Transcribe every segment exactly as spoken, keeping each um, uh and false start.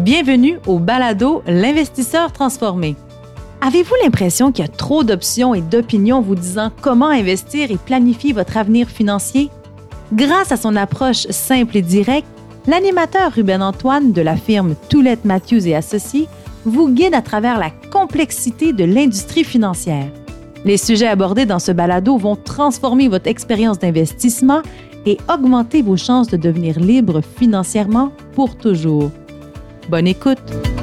Bienvenue au balado L'investisseur transformé. Avez-vous l'impression qu'il y a trop d'options et d'opinions vous disant comment investir et planifier votre avenir financier? Grâce à son approche simple et directe, l'animateur Ruben Antoine de la firme Toulette Matthews et Associés vous guide à travers la complexité de l'industrie financière. Les sujets abordés dans ce balado vont transformer votre expérience d'investissement et augmenter vos chances de devenir libre financièrement pour toujours. Bonne écoute!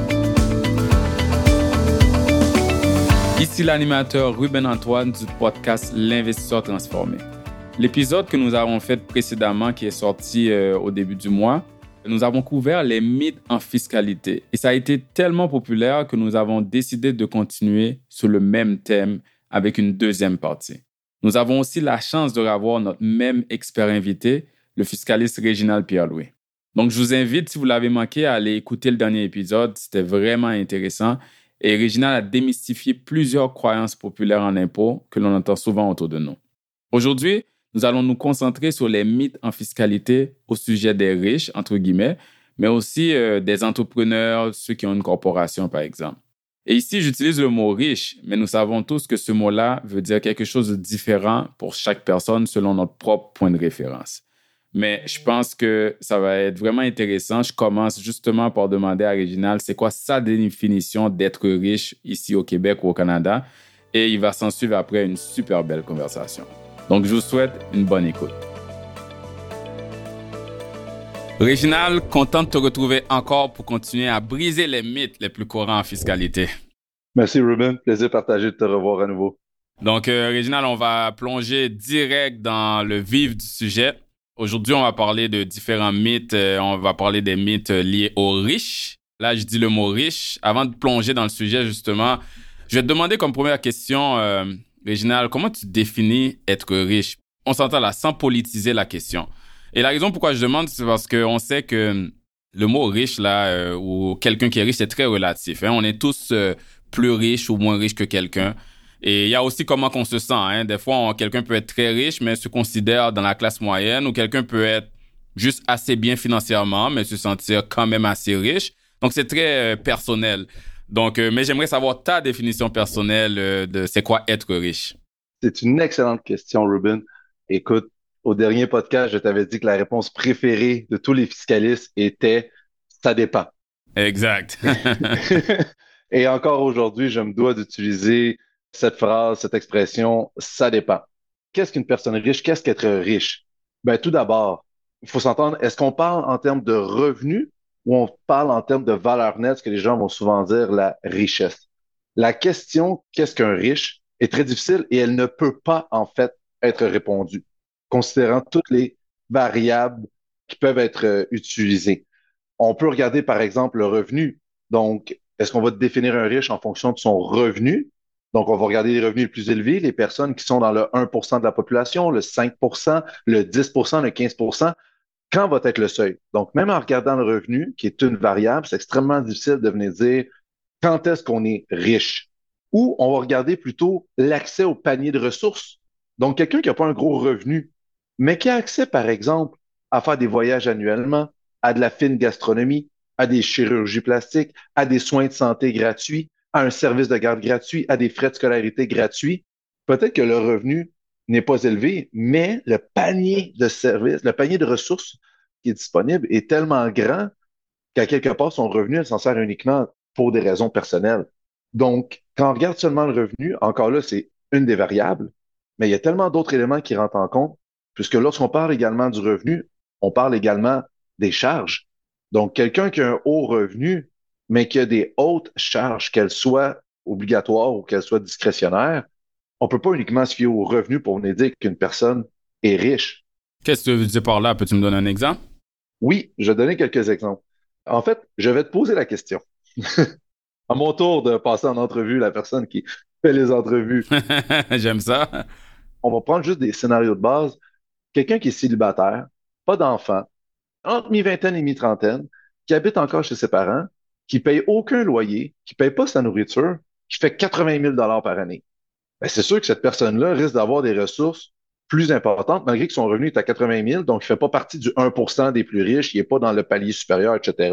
Ici l'animateur Ruben Antoine du podcast L'investisseur transformé. L'épisode que nous avons fait précédemment, qui est sorti euh, au début du mois, nous avons couvert les mythes en fiscalité. Et ça a été tellement populaire que nous avons décidé de continuer sur le même thème avec une deuxième partie. Nous avons aussi la chance de revoir notre même expert invité, le fiscaliste Réginald Pierre-Louis. Donc, je vous invite, si vous l'avez manqué, à aller écouter le dernier épisode. C'était vraiment intéressant. Et Réginald a démystifié plusieurs croyances populaires en impôts que l'on entend souvent autour de nous. Aujourd'hui, nous allons nous concentrer sur les mythes en fiscalité au sujet des riches, entre guillemets, mais aussi euh, des entrepreneurs, ceux qui ont une corporation, par exemple. Et ici, j'utilise le mot « riche », mais nous savons tous que ce mot-là veut dire quelque chose de différent pour chaque personne selon notre propre point de référence. Mais je pense que ça va être vraiment intéressant. Je commence justement par demander à Réginald c'est quoi sa définition d'être riche ici au Québec ou au Canada. Et il va s'en suivre après une super belle conversation. Donc, je vous souhaite une bonne écoute. Réginald, content de te retrouver encore pour continuer à briser les mythes les plus courants en fiscalité. Merci Ruben, plaisir partagé de te revoir à nouveau. Donc, euh, Réginald, on va plonger direct dans le vif du sujet. Aujourd'hui, on va parler de différents mythes. Euh, on va parler des mythes liés aux riches. Là, je dis le mot riche. Avant de plonger dans le sujet, justement, je vais te demander comme première question, euh, Réginald, comment tu définis être riche? On s'entend là, sans politiser la question. Et la raison pourquoi je demande, c'est parce qu'on sait que le mot riche, là, euh, ou quelqu'un qui est riche, c'est très relatif. Hein? On est tous euh, plus riches ou moins riches que quelqu'un. Et il y a aussi comment qu'on se sent. Hein? Des fois, on, quelqu'un peut être très riche, mais se considère dans la classe moyenne, ou quelqu'un peut être juste assez bien financièrement, mais se sentir quand même assez riche. Donc, c'est très euh, personnel. Donc, euh, mais j'aimerais savoir ta définition personnelle euh, de c'est quoi être riche. C'est une excellente question, Ruben. Écoute, au dernier podcast, je t'avais dit que la réponse préférée de tous les fiscalistes était « ça dépend ». Exact. Et encore aujourd'hui, je me dois d'utiliser cette phrase, cette expression « ça dépend ». Qu'est-ce qu'une personne riche? Qu'est-ce qu'être riche? Ben, tout d'abord, il faut s'entendre, est-ce qu'on parle en termes de revenus ou on parle en termes de valeur nette, ce que les gens vont souvent dire la richesse? La question « qu'est-ce qu'un riche ?» est très difficile et elle ne peut pas, en fait, être répondue, considérant toutes les variables qui peuvent être euh, utilisées. On peut regarder, par exemple, le revenu. Donc, est-ce qu'on va définir un riche en fonction de son revenu? Donc, on va regarder les revenus les plus élevés, les personnes qui sont dans le un pour cent de la population, le cinq pour cent, le dix pour cent, le quinze pour cent. Quand va être le seuil? Donc, même en regardant le revenu, qui est une variable, c'est extrêmement difficile de venir dire quand est-ce qu'on est riche? Ou on va regarder plutôt l'accès au panier de ressources. Donc, quelqu'un qui n'a pas un gros revenu, mais qui a accès, par exemple, à faire des voyages annuellement, à de la fine gastronomie, à des chirurgies plastiques, à des soins de santé gratuits, à un service de garde gratuit, à des frais de scolarité gratuits. Peut-être que le revenu n'est pas élevé, mais le panier de services, le panier de ressources qui est disponible est tellement grand qu'à quelque part, son revenu, elle s'en sert uniquement pour des raisons personnelles. Donc, quand on regarde seulement le revenu, encore là, c'est une des variables, mais il y a tellement d'autres éléments qui rentrent en compte, puisque lorsqu'on parle également du revenu, on parle également des charges. Donc, quelqu'un qui a un haut revenu, mais qui a des hautes charges, qu'elles soient obligatoires ou qu'elles soient discrétionnaires, on ne peut pas uniquement se fier au revenu pour venir dire qu'une personne est riche. Qu'est-ce que tu veux dire par là? Peux-tu me donner un exemple? Oui, je vais donner quelques exemples. En fait, je vais te poser la question. À mon tour de passer en entrevue la personne qui fait les entrevues. J'aime ça. On va prendre juste des scénarios de base. Quelqu'un qui est célibataire, pas d'enfant, entre mi-vingtaine et mi-trentaine, qui habite encore chez ses parents, qui paye aucun loyer, qui paye pas sa nourriture, qui fait quatre-vingt mille dollars par année. Ben, c'est sûr que cette personne-là risque d'avoir des ressources plus importantes, malgré que son revenu est à quatre-vingt mille, donc il fait pas partie du un pour cent des plus riches, il est pas dans le palier supérieur, et cetera.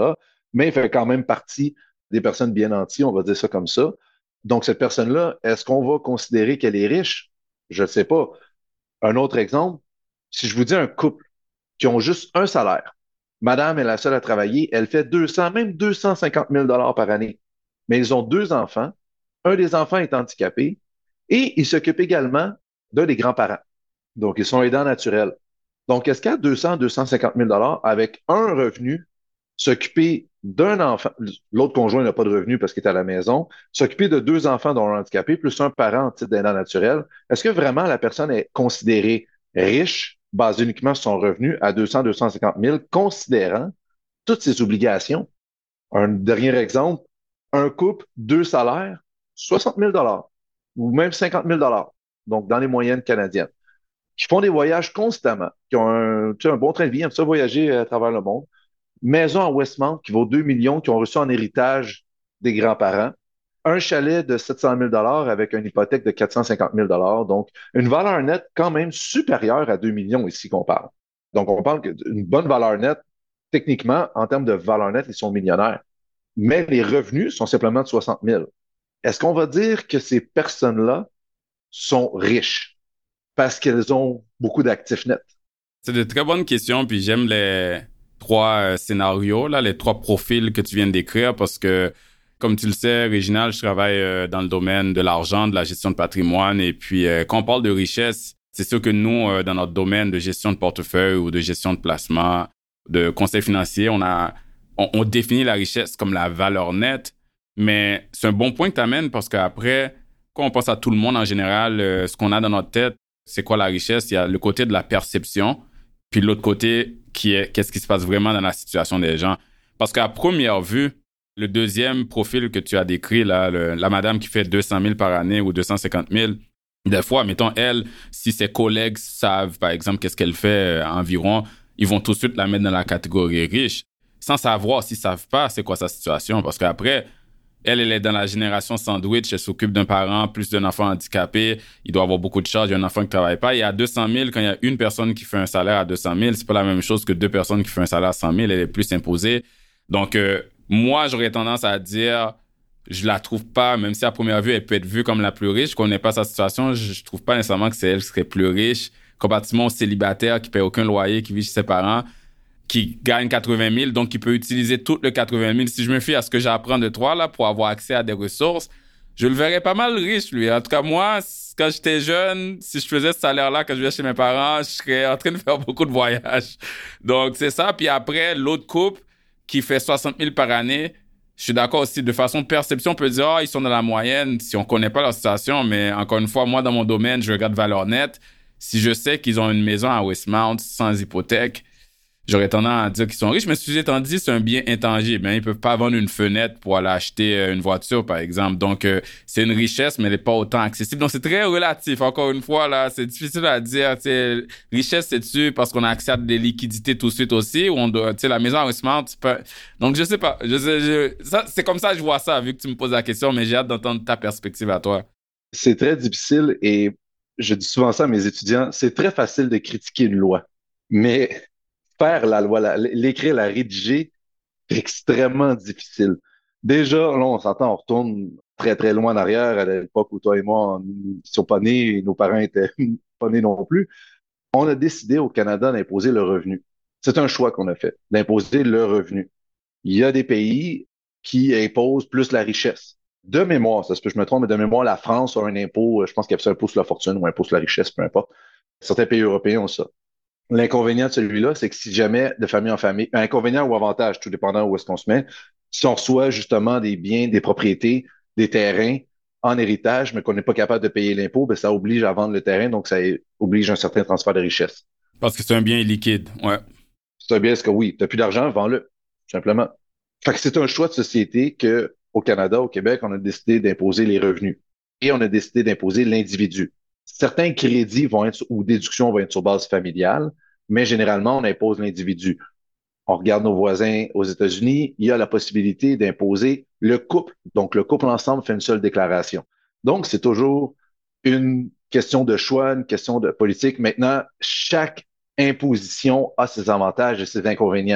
mais il fait quand même partie des personnes bien nanties, on va dire ça comme ça. Donc, cette personne-là, est-ce qu'on va considérer qu'elle est riche? Je ne sais pas. Un autre exemple, si je vous dis un couple qui ont juste un salaire, madame est la seule à travailler, elle fait deux cents, même deux cent cinquante mille dollars par année, mais ils ont deux enfants, un des enfants est handicapé et il s'occupe également d'un des grands-parents. Donc, ils sont aidants naturels. Donc, est-ce qu'à deux cents, deux cent cinquante mille dollars, avec un revenu, s'occuper d'un enfant, l'autre conjoint n'a pas de revenu parce qu'il est à la maison, s'occuper de deux enfants dont un handicapé, plus un parent en titre d'aidant naturel, est-ce que vraiment la personne est considérée riche, basée uniquement sur son revenu à deux cents, deux cent cinquante mille, considérant toutes ses obligations? Un dernier exemple, un couple, deux salaires, soixante mille dollars ou même cinquante mille dollars, donc dans les moyennes canadiennes, qui font des voyages constamment, qui ont un, tu sais, un bon train de vie, aiment ça voyager à travers le monde. Maison à Westmount qui vaut deux millions, qui ont reçu en héritage des grands-parents. Un chalet de sept cent mille dollars avec une hypothèque de quatre cent cinquante mille dollars. Donc, une valeur nette quand même supérieure à deux millions ici qu'on parle. Donc, on parle d'une bonne valeur nette. Techniquement, en termes de valeur nette, ils sont millionnaires. Mais les revenus sont simplement de soixante mille. Est-ce qu'on va dire que ces personnes-là sont riches parce qu'elles ont beaucoup d'actifs nets? C'est de très bonnes questions, puis j'aime les trois euh, scénarios, là, les trois profils que tu viens de décrire, parce que, comme tu le sais, Réginald, je travaille euh, dans le domaine de l'argent, de la gestion de patrimoine, et puis euh, quand on parle de richesse, c'est sûr que nous, euh, dans notre domaine de gestion de portefeuille ou de gestion de placement, de conseil financier, on a, on, on définit la richesse comme la valeur nette, mais c'est un bon point que tu amènes, parce qu'après, quand on pense à tout le monde en général, euh, ce qu'on a dans notre tête, c'est quoi la richesse? Il y a le côté de la perception, puis l'autre côté qui est qu'est-ce qui se passe vraiment dans la situation des gens. Parce qu'à première vue, le deuxième profil que tu as décrit, là, le, la madame qui fait deux cent mille par année ou deux cent cinquante mille, des fois, mettons, elle, si ses collègues savent, par exemple, qu'est-ce qu'elle fait euh, environ, ils vont tout de suite la mettre dans la catégorie riche, sans savoir s'ils savent pas c'est quoi sa situation. Parce qu'après, elle, elle est dans la génération sandwich, elle s'occupe d'un parent, plus d'un enfant handicapé, il doit avoir beaucoup de charges, il y a un enfant qui travaille pas. Il y a deux cent mille, quand il y a une personne qui fait un salaire à deux cent mille, c'est pas la même chose que deux personnes qui font un salaire à cent mille, elle est plus imposée. Donc, euh, moi, j'aurais tendance à dire, je la trouve pas, même si à première vue, elle peut être vue comme la plus riche, je connais pas sa situation, je, je trouve pas nécessairement que c'est elle qui serait plus riche, comparativement au célibataire qui paye aucun loyer, qui vit chez ses parents, qui gagne quatre-vingt mille, donc qui peut utiliser tout le quatre-vingt mille. Si je me fie à ce que j'apprends de toi, là, pour avoir accès à des ressources, je le verrais pas mal riche, lui. En tout cas, moi, quand j'étais jeune, si je faisais ce salaire-là quand je vivais chez mes parents, je serais en train de faire beaucoup de voyages. Donc, c'est ça. Puis après, l'autre couple qui fait soixante mille par année, je suis d'accord aussi. De façon de perception, on peut dire, ah, oh, ils sont dans la moyenne si on connaît pas leur situation. Mais encore une fois, moi, dans mon domaine, je regarde valeur nette. Si je sais qu'ils ont une maison à Westmount sans hypothèque, j'aurais tendance à dire qu'ils sont riches, mais ceci étant dit, c'est un bien intangible. Hein. Ils peuvent pas vendre une fenêtre pour aller acheter euh, une voiture, par exemple. Donc, euh, c'est une richesse, mais elle n'est pas autant accessible. Donc, c'est très relatif. Encore une fois, là, c'est difficile à dire. T'sais, richesse, c'est-tu parce qu'on a accès à des liquidités tout de suite aussi, ou on doit, tu sais, la maison à Westmount, pas... Donc, je sais pas. Je sais, je... Ça, c'est comme ça que je vois ça, vu que tu me poses la question, mais j'ai hâte d'entendre ta perspective à toi. C'est très difficile et je dis souvent ça à mes étudiants, c'est très facile de critiquer une loi, mais faire la loi, la- l'écrire, la rédiger, c'est extrêmement difficile. Déjà, là, on s'entend, on retourne très, très loin en arrière, à l'époque où toi et moi, on ne sommes pas nés, et nos parents étaient pas nés non plus. On a décidé au Canada d'imposer le revenu. C'est un choix qu'on a fait, d'imposer le revenu. Il y a des pays qui imposent plus la richesse. De mémoire, ça se peut que je me trompe, mais de mémoire, la France a un impôt, je pense qu'il y a un impôt sur la fortune ou un impôt sur la richesse, peu importe. Certains pays européens ont ça. L'inconvénient de celui-là, c'est que si jamais de famille en famille, inconvénient ou avantage, tout dépendant où est-ce qu'on se met, si on reçoit justement des biens, des propriétés, des terrains en héritage, mais qu'on n'est pas capable de payer l'impôt, ben ça oblige à vendre le terrain, donc ça oblige un certain transfert de richesse. Parce que c'est un bien illiquide, ouais. C'est un bien, est-ce que oui, t'as plus d'argent, vends-le, tout simplement. Fait que c'est un choix de société que au Canada, au Québec, on a décidé d'imposer les revenus et on a décidé d'imposer l'individu. Certains crédits vont être ou déductions vont être sur base familiale, mais généralement, on impose l'individu. On regarde nos voisins aux États-Unis, il y a la possibilité d'imposer le couple. Donc, le couple ensemble fait une seule déclaration. Donc, c'est toujours une question de choix, une question de politique. Maintenant, chaque imposition a ses avantages et ses inconvénients.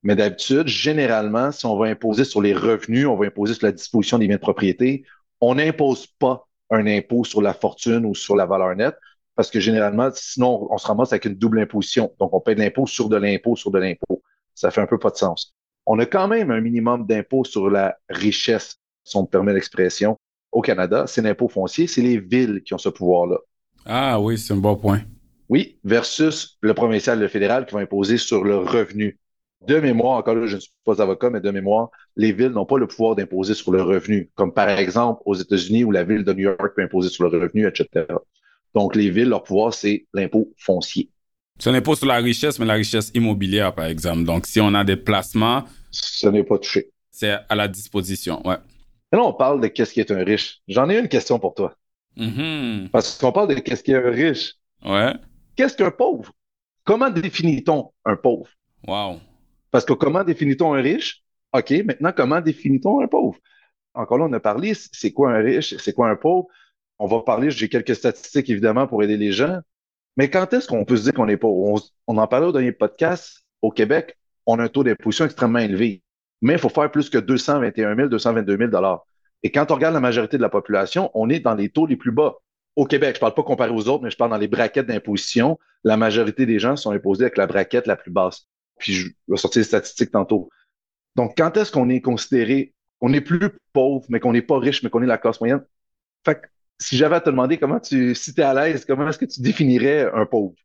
Mais d'habitude, généralement, si on va imposer sur les revenus, on va imposer sur la disposition des biens de propriété, on n'impose pas un impôt sur la fortune ou sur la valeur nette parce que généralement, sinon, on se ramasse avec une double imposition. Donc, on paie de l'impôt sur de l'impôt sur de l'impôt. Ça fait un peu pas de sens. On a quand même un minimum d'impôt sur la richesse, si on me permet l'expression, au Canada. C'est l'impôt foncier, c'est les villes qui ont ce pouvoir-là. Ah oui, c'est un bon point. Oui, versus le provincial et le fédéral qui vont imposer sur le revenu. De mémoire, encore là, je ne suis pas avocat, mais de mémoire, les villes n'ont pas le pouvoir d'imposer sur le revenu, comme par exemple aux États-Unis où la ville de New York peut imposer sur le revenu, et cetera. Donc, les villes, leur pouvoir, c'est l'impôt foncier. C'est un impôt sur la richesse, mais la richesse immobilière, par exemple. Donc, si on a des placements, Ce n'est pas touché. c'est à la disposition, ouais. Et là, on parle de qu'est-ce qui est un riche. J'en ai une question pour toi. Mm-hmm. Parce qu'on parle de qu'est-ce qui est un riche. Ouais. Qu'est-ce qu'un pauvre? Comment définit-on un pauvre? Wow. Parce que comment définit-on un riche? OK, maintenant, comment définit-on un pauvre? Encore là, on a parlé, c'est quoi un riche, c'est quoi un pauvre? On va parler, j'ai quelques statistiques évidemment pour aider les gens, mais quand est-ce qu'on peut se dire qu'on est pauvre? On, on en parlait au dernier podcast, au Québec, on a un taux d'imposition extrêmement élevé, mais il faut faire plus que deux cent vingt et un mille, deux cent vingt-deux mille dollars. Et quand on regarde la majorité de la population, on est dans les taux les plus bas. Au Québec, je ne parle pas comparé aux autres, mais je parle dans les braquettes d'imposition. La majorité des gens sont imposés avec la braquette la plus basse. Puis je vais sortir les statistiques tantôt. Donc, quand est-ce qu'on est considéré, on n'est plus pauvre, mais qu'on n'est pas riche, mais qu'on est la classe moyenne? Fait que si j'avais à te demander comment tu, si tu es à l'aise, comment est-ce que tu définirais un pauvre?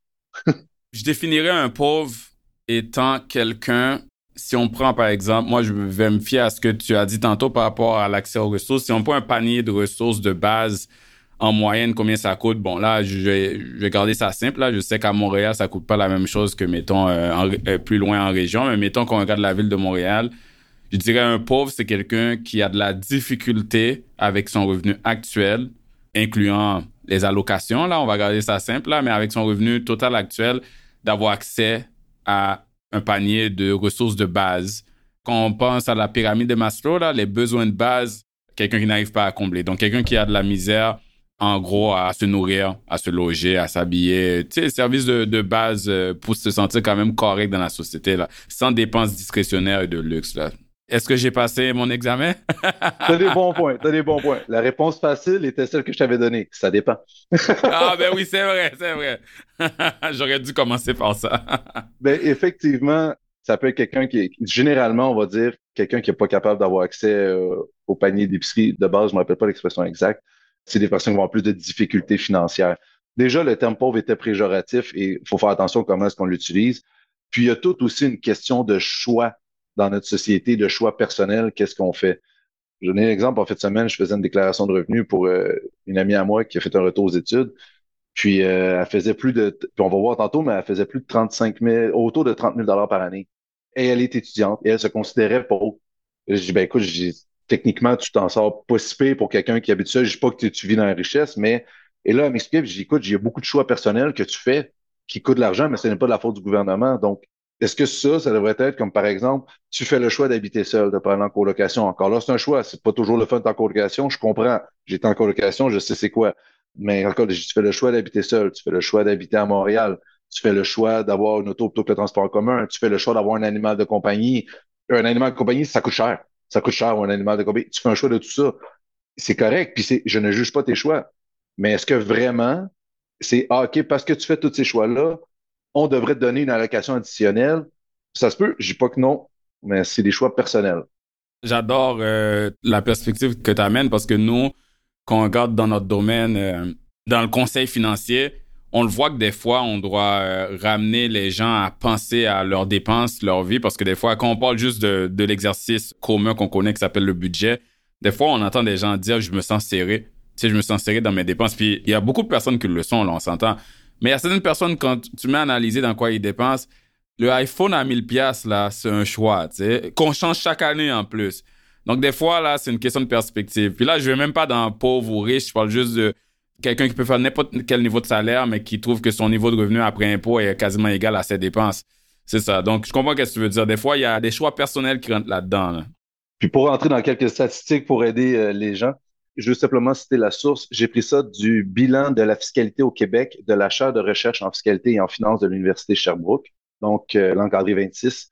Je définirais un pauvre étant quelqu'un, si on prend par exemple, moi je vais me fier à ce que tu as dit tantôt par rapport à l'accès aux ressources. Si on prend un panier de ressources de base, en moyenne, combien ça coûte? Bon, là, je vais, je vais garder ça simple. Là, je sais qu'à Montréal, ça coûte pas la même chose que, mettons, euh, en, euh, plus loin en région. Mais mettons qu'on regarde la ville de Montréal, je dirais un pauvre, c'est quelqu'un qui a de la difficulté avec son revenu actuel, incluant les allocations. Là, on va garder ça simple, là, mais avec son revenu total actuel, d'avoir accès à un panier de ressources de base. Quand on pense à la pyramide de Maslow, là, les besoins de base, quelqu'un qui n'arrive pas à combler. Donc, quelqu'un qui a de la misère, en gros, à se nourrir, à se loger, à s'habiller, tu sais, services de, de base pour se sentir quand même correct dans la société, là, sans dépenses discrétionnaires et de luxe, là. Est-ce que j'ai passé mon examen? T'as des bons points, t'as des bons points. La réponse facile était celle que je t'avais donnée. Ça dépend. Ah, ben oui, c'est vrai, c'est vrai. J'aurais dû commencer par ça. Ben, effectivement, ça peut être quelqu'un qui est, généralement, on va dire, quelqu'un qui n'est pas capable d'avoir accès euh, au panier d'épicerie de base, je ne me rappelle pas l'expression exacte. C'est des personnes qui vont avoir plus de difficultés financières. Déjà, le terme pauvre était péjoratif et il faut faire attention à comment est-ce qu'on l'utilise. Puis, il y a tout aussi une question de choix dans notre société, de choix personnel. Qu'est-ce qu'on fait? Je vais donner un exemple. En fin de semaine, je faisais une déclaration de revenus pour euh, une amie à moi qui a fait un retour aux études. Puis, euh, elle faisait plus de, puis on va voir tantôt, mais elle faisait plus de trente-cinq mille, autour de trente mille dollars par année. Et elle est étudiante et elle se considérait pauvre. Je dis, ben écoute, j'ai, techniquement, tu t'en sors pas si pire pour quelqu'un qui habite ça. Je dis pas que tu, tu vis dans la richesse, mais, et là, elle m'expliquait, puis je dis, écoute, il y a beaucoup de choix personnels que tu fais qui coûtent de l'argent, mais ce n'est pas de la faute du gouvernement. Donc, est-ce que ça, ça devrait être comme, par exemple, tu fais le choix d'habiter seul, de pas aller en colocation. Encore là, c'est un choix. C'est pas toujours le fun d'être en colocation. Je comprends. J'étais en colocation, je sais c'est quoi. Mais encore, tu fais le choix d'habiter seul, tu fais le choix d'habiter à Montréal, tu fais le choix d'avoir une auto plutôt que le transport en commun, tu fais le choix d'avoir un animal de compagnie. Un animal de compagnie, ça coûte cher. Ça coûte cher, un animal de compagnie. Tu fais un choix de tout ça. C'est correct, puis c'est, je ne juge pas tes choix. Mais est-ce que vraiment, c'est ah, OK, parce que tu fais tous ces choix-là, on devrait te donner une allocation additionnelle? Ça se peut, je dis pas que non, mais c'est des choix personnels. J'adore euh, la perspective que tu amènes parce que nous, quand on regarde dans notre domaine, euh, dans le conseil financier, on le voit que des fois, on doit euh, ramener les gens à penser à leurs dépenses, leur vie, parce que des fois, quand on parle juste de, de l'exercice commun qu'on connaît qui s'appelle le budget, des fois, on entend des gens dire « je me sens serré ». Tu sais, je me sens serré dans mes dépenses. Puis, il y a beaucoup de personnes qui le sont, là, on s'entend. Mais il y a certaines personnes, quand tu mets à analyser dans quoi ils dépensent, le iPhone à mille piastres, là, c'est un choix, tu sais, qu'on change chaque année en plus. Donc, des fois, là, c'est une question de perspective. Puis là, je ne vais même pas dans pauvre ou riche. Je parle juste de quelqu'un qui peut faire n'importe quel niveau de salaire, mais qui trouve que son niveau de revenu après impôt est quasiment égal à ses dépenses. C'est ça. Donc, je comprends ce que tu veux dire. Des fois, il y a des choix personnels qui rentrent là-dedans, là. Puis pour rentrer dans quelques statistiques pour aider euh, les gens, je veux simplement citer la source. J'ai pris ça du bilan de la fiscalité au Québec de la chaire de recherche en fiscalité et en finance de l'Université Sherbrooke, donc euh, l'encadré vingt-six.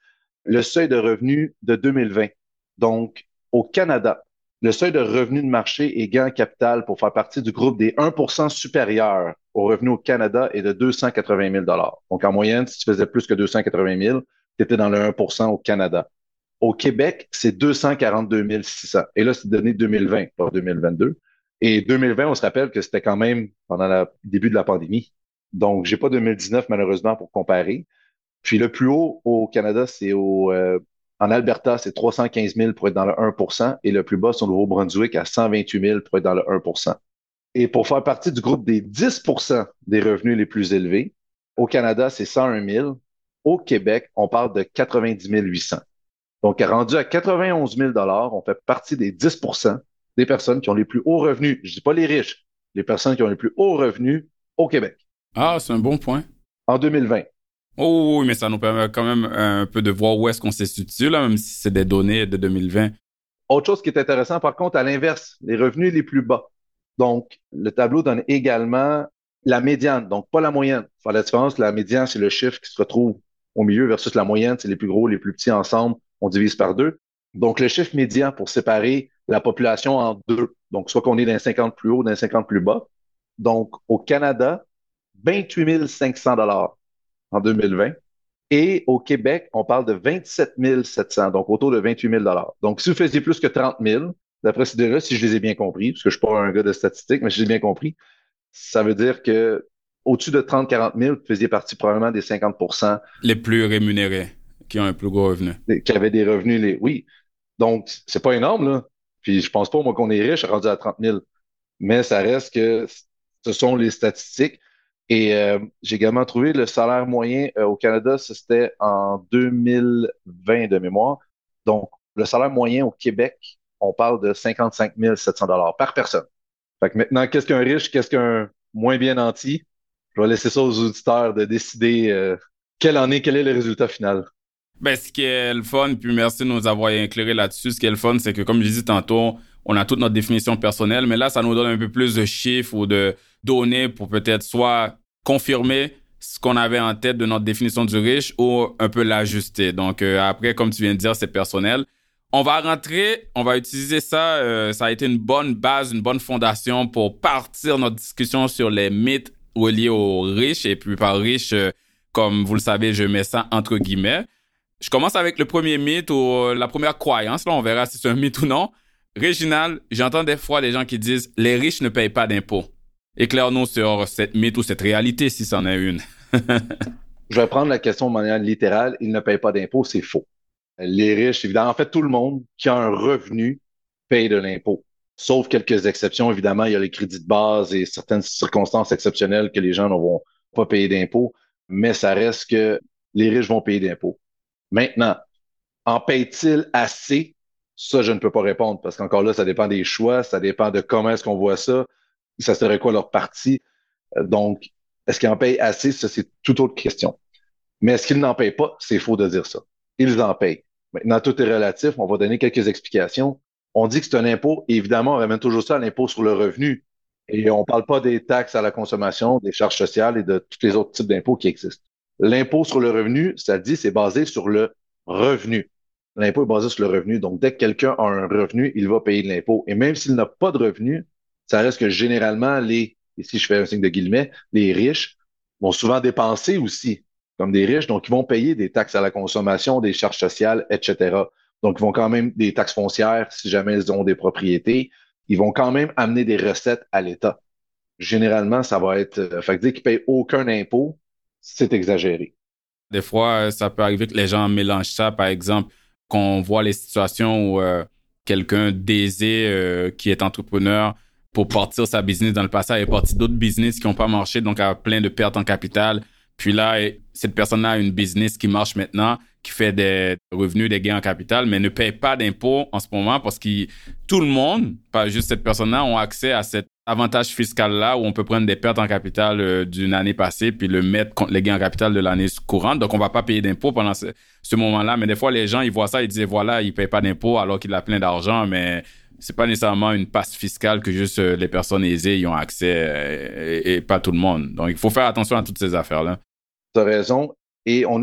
le seuil de revenu de deux mille vingt. Donc, au Canada, le seuil de revenu de marché et gain en capital pour faire partie du groupe des un pour cent supérieurs au revenu au Canada est de deux cent quatre-vingt mille dollars. Donc, en moyenne, si tu faisais plus que deux cent quatre-vingt mille, tu étais dans le un pour cent au Canada. Au Québec, c'est deux cent quarante-deux mille six cents. Et là, c'est donné deux mille vingt, pas deux mille vingt-deux. Et deux mille vingt, on se rappelle que c'était quand même pendant le début de la pandémie. Donc, j'ai pas deux mille dix-neuf, malheureusement, pour comparer. Puis le plus haut au Canada, c'est au, euh, en Alberta, c'est trois cent quinze mille pour être dans le un pour cent. Et le plus bas, c'est au Nouveau-Brunswick à cent vingt-huit mille pour être dans le un pour cent. Et pour faire partie du groupe des dix pour cent des revenus les plus élevés, au Canada, c'est cent un mille. Au Québec, on parle de quatre-vingt-dix mille huit cents. Donc, rendu à quatre-vingt-onze mille dollars, on fait partie des dix pour cent des personnes qui ont les plus hauts revenus. Je dis pas les riches, les personnes qui ont les plus hauts revenus au Québec. Ah, c'est un bon point. En deux mille vingt. Oh oui, mais ça nous permet quand même un peu de voir où est-ce qu'on se situe, là, même si c'est des données de deux mille vingt. Autre chose qui est intéressant, par contre, à l'inverse, les revenus les plus bas. Donc, le tableau donne également la médiane, donc pas la moyenne. Faire la différence, la médiane, c'est le chiffre qui se retrouve au milieu versus la moyenne, c'est les plus gros, les plus petits ensemble, on divise par deux. Donc, le chiffre médian pour séparer la population en deux. Donc, soit qu'on est dans les cinquante plus haut, dans les cinquante plus bas. Donc, au Canada, vingt-huit mille cinq cents dollars en deux mille vingt. Et au Québec, on parle de vingt-sept mille sept cents, donc autour de vingt-huit mille dollars. Donc, si vous faisiez plus que trente mille, d'après ces deux-là, si je les ai bien compris, parce que je suis pas un gars de statistiques, mais si je les ai bien compris, ça veut dire que au-dessus de trente à quarante mille, vous faisiez partie probablement des cinquante pour cent. Les plus rémunérés, qui ont un plus gros revenu. Qui avaient des revenus, les, oui. Donc, c'est pas énorme, là. Puis, je pense pas, moi, qu'on est riche rendu à trente mille. Mais ça reste que ce sont les statistiques. Et euh, j'ai également trouvé le salaire moyen euh, au Canada, ça, c'était en deux mille vingt de mémoire. Donc, le salaire moyen au Québec, on parle de cinquante-cinq mille sept cents dollars par personne. Fait que maintenant, qu'est-ce qu'un riche, qu'est-ce qu'un moins bien nanti? Je vais laisser ça aux auditeurs de décider euh, quel en est, quel est le résultat final. Ben, ce qui est le fun, puis merci de nous avoir éclairé là-dessus, ce qui est le fun, c'est que, comme je disais tantôt, on a toute notre définition personnelle, mais là, ça nous donne un peu plus de chiffres ou de données pour peut-être soit confirmer ce qu'on avait en tête de notre définition du riche ou un peu l'ajuster. Donc, euh, après, comme tu viens de dire, c'est personnel. On va rentrer, on va utiliser ça. Euh, ça a été une bonne base, une bonne fondation pour partir notre discussion sur les mythes reliés aux riches. Et puis, par riche, euh, comme vous le savez, je mets ça entre guillemets. Je commence avec le premier mythe ou la première croyance. Là, on verra si c'est un mythe ou non. Réginald, j'entends des fois des gens qui disent « les riches ne payent pas d'impôts ». Éclaire-nous sur cette mythe ou cette réalité, si c'en est une. Je vais prendre la question de manière littérale. Ils ne payent pas d'impôts, c'est faux. Les riches, évidemment, en fait, tout le monde qui a un revenu paye de l'impôt. Sauf quelques exceptions, évidemment, il y a les crédits de base et certaines circonstances exceptionnelles que les gens ne vont pas payer d'impôts, mais ça reste que les riches vont payer d'impôts. Maintenant, en paye-t-il assez? Ça, je ne peux pas répondre parce qu'encore là, ça dépend des choix, ça dépend de comment est-ce qu'on voit ça, ça serait quoi leur parti. Donc, est-ce qu'ils en payent assez? Ça, c'est toute autre question. Mais est-ce qu'ils n'en payent pas? C'est faux de dire ça. Ils en payent. Maintenant, tout est relatif. On va donner quelques explications. On dit que c'est un impôt. Et évidemment, on ramène toujours ça à l'impôt sur le revenu. Et on ne parle pas des taxes à la consommation, des charges sociales et de tous les autres types d'impôts qui existent. L'impôt sur le revenu, ça dit, c'est basé sur le revenu. L'impôt est basé sur le revenu. Donc, dès que quelqu'un a un revenu, il va payer de l'impôt. Et même s'il n'a pas de revenu, ça reste que généralement, les, ici je fais un signe de guillemets, les riches vont souvent dépenser aussi comme des riches. Donc, ils vont payer des taxes à la consommation, des charges sociales, et cetera. Donc, ils vont quand même des taxes foncières si jamais ils ont des propriétés. Ils vont quand même amener des recettes à l'État. Généralement, ça va être... Euh, fait que dire qu'ils payent aucun impôt, c'est exagéré. Des fois, ça peut arriver que les gens mélangent ça. Par exemple, qu'on voit les situations où euh, quelqu'un d'aisé euh, qui est entrepreneur pour partir sa business dans le passé est parti d'autres business qui n'ont pas marché, donc a plein de pertes en capital. Puis là, cette personne-là a une business qui marche maintenant, qui fait des revenus, des gains en capital, mais ne paye pas d'impôts en ce moment parce que tout le monde, pas juste cette personne-là, ont accès à cet avantage fiscal-là où on peut prendre des pertes en capital euh, d'une année passée puis le mettre contre les gains en capital de l'année courante. Donc, on va pas payer d'impôts pendant ce, ce moment-là. Mais des fois, les gens, ils voient ça, ils disent, voilà, il paye pas d'impôts alors qu'il a plein d'argent, mais c'est pas nécessairement une passe fiscale que juste euh, les personnes aisées y ont accès euh, et, et pas tout le monde. Donc, il faut faire attention à toutes ces affaires-là. Tu as raison. Et on a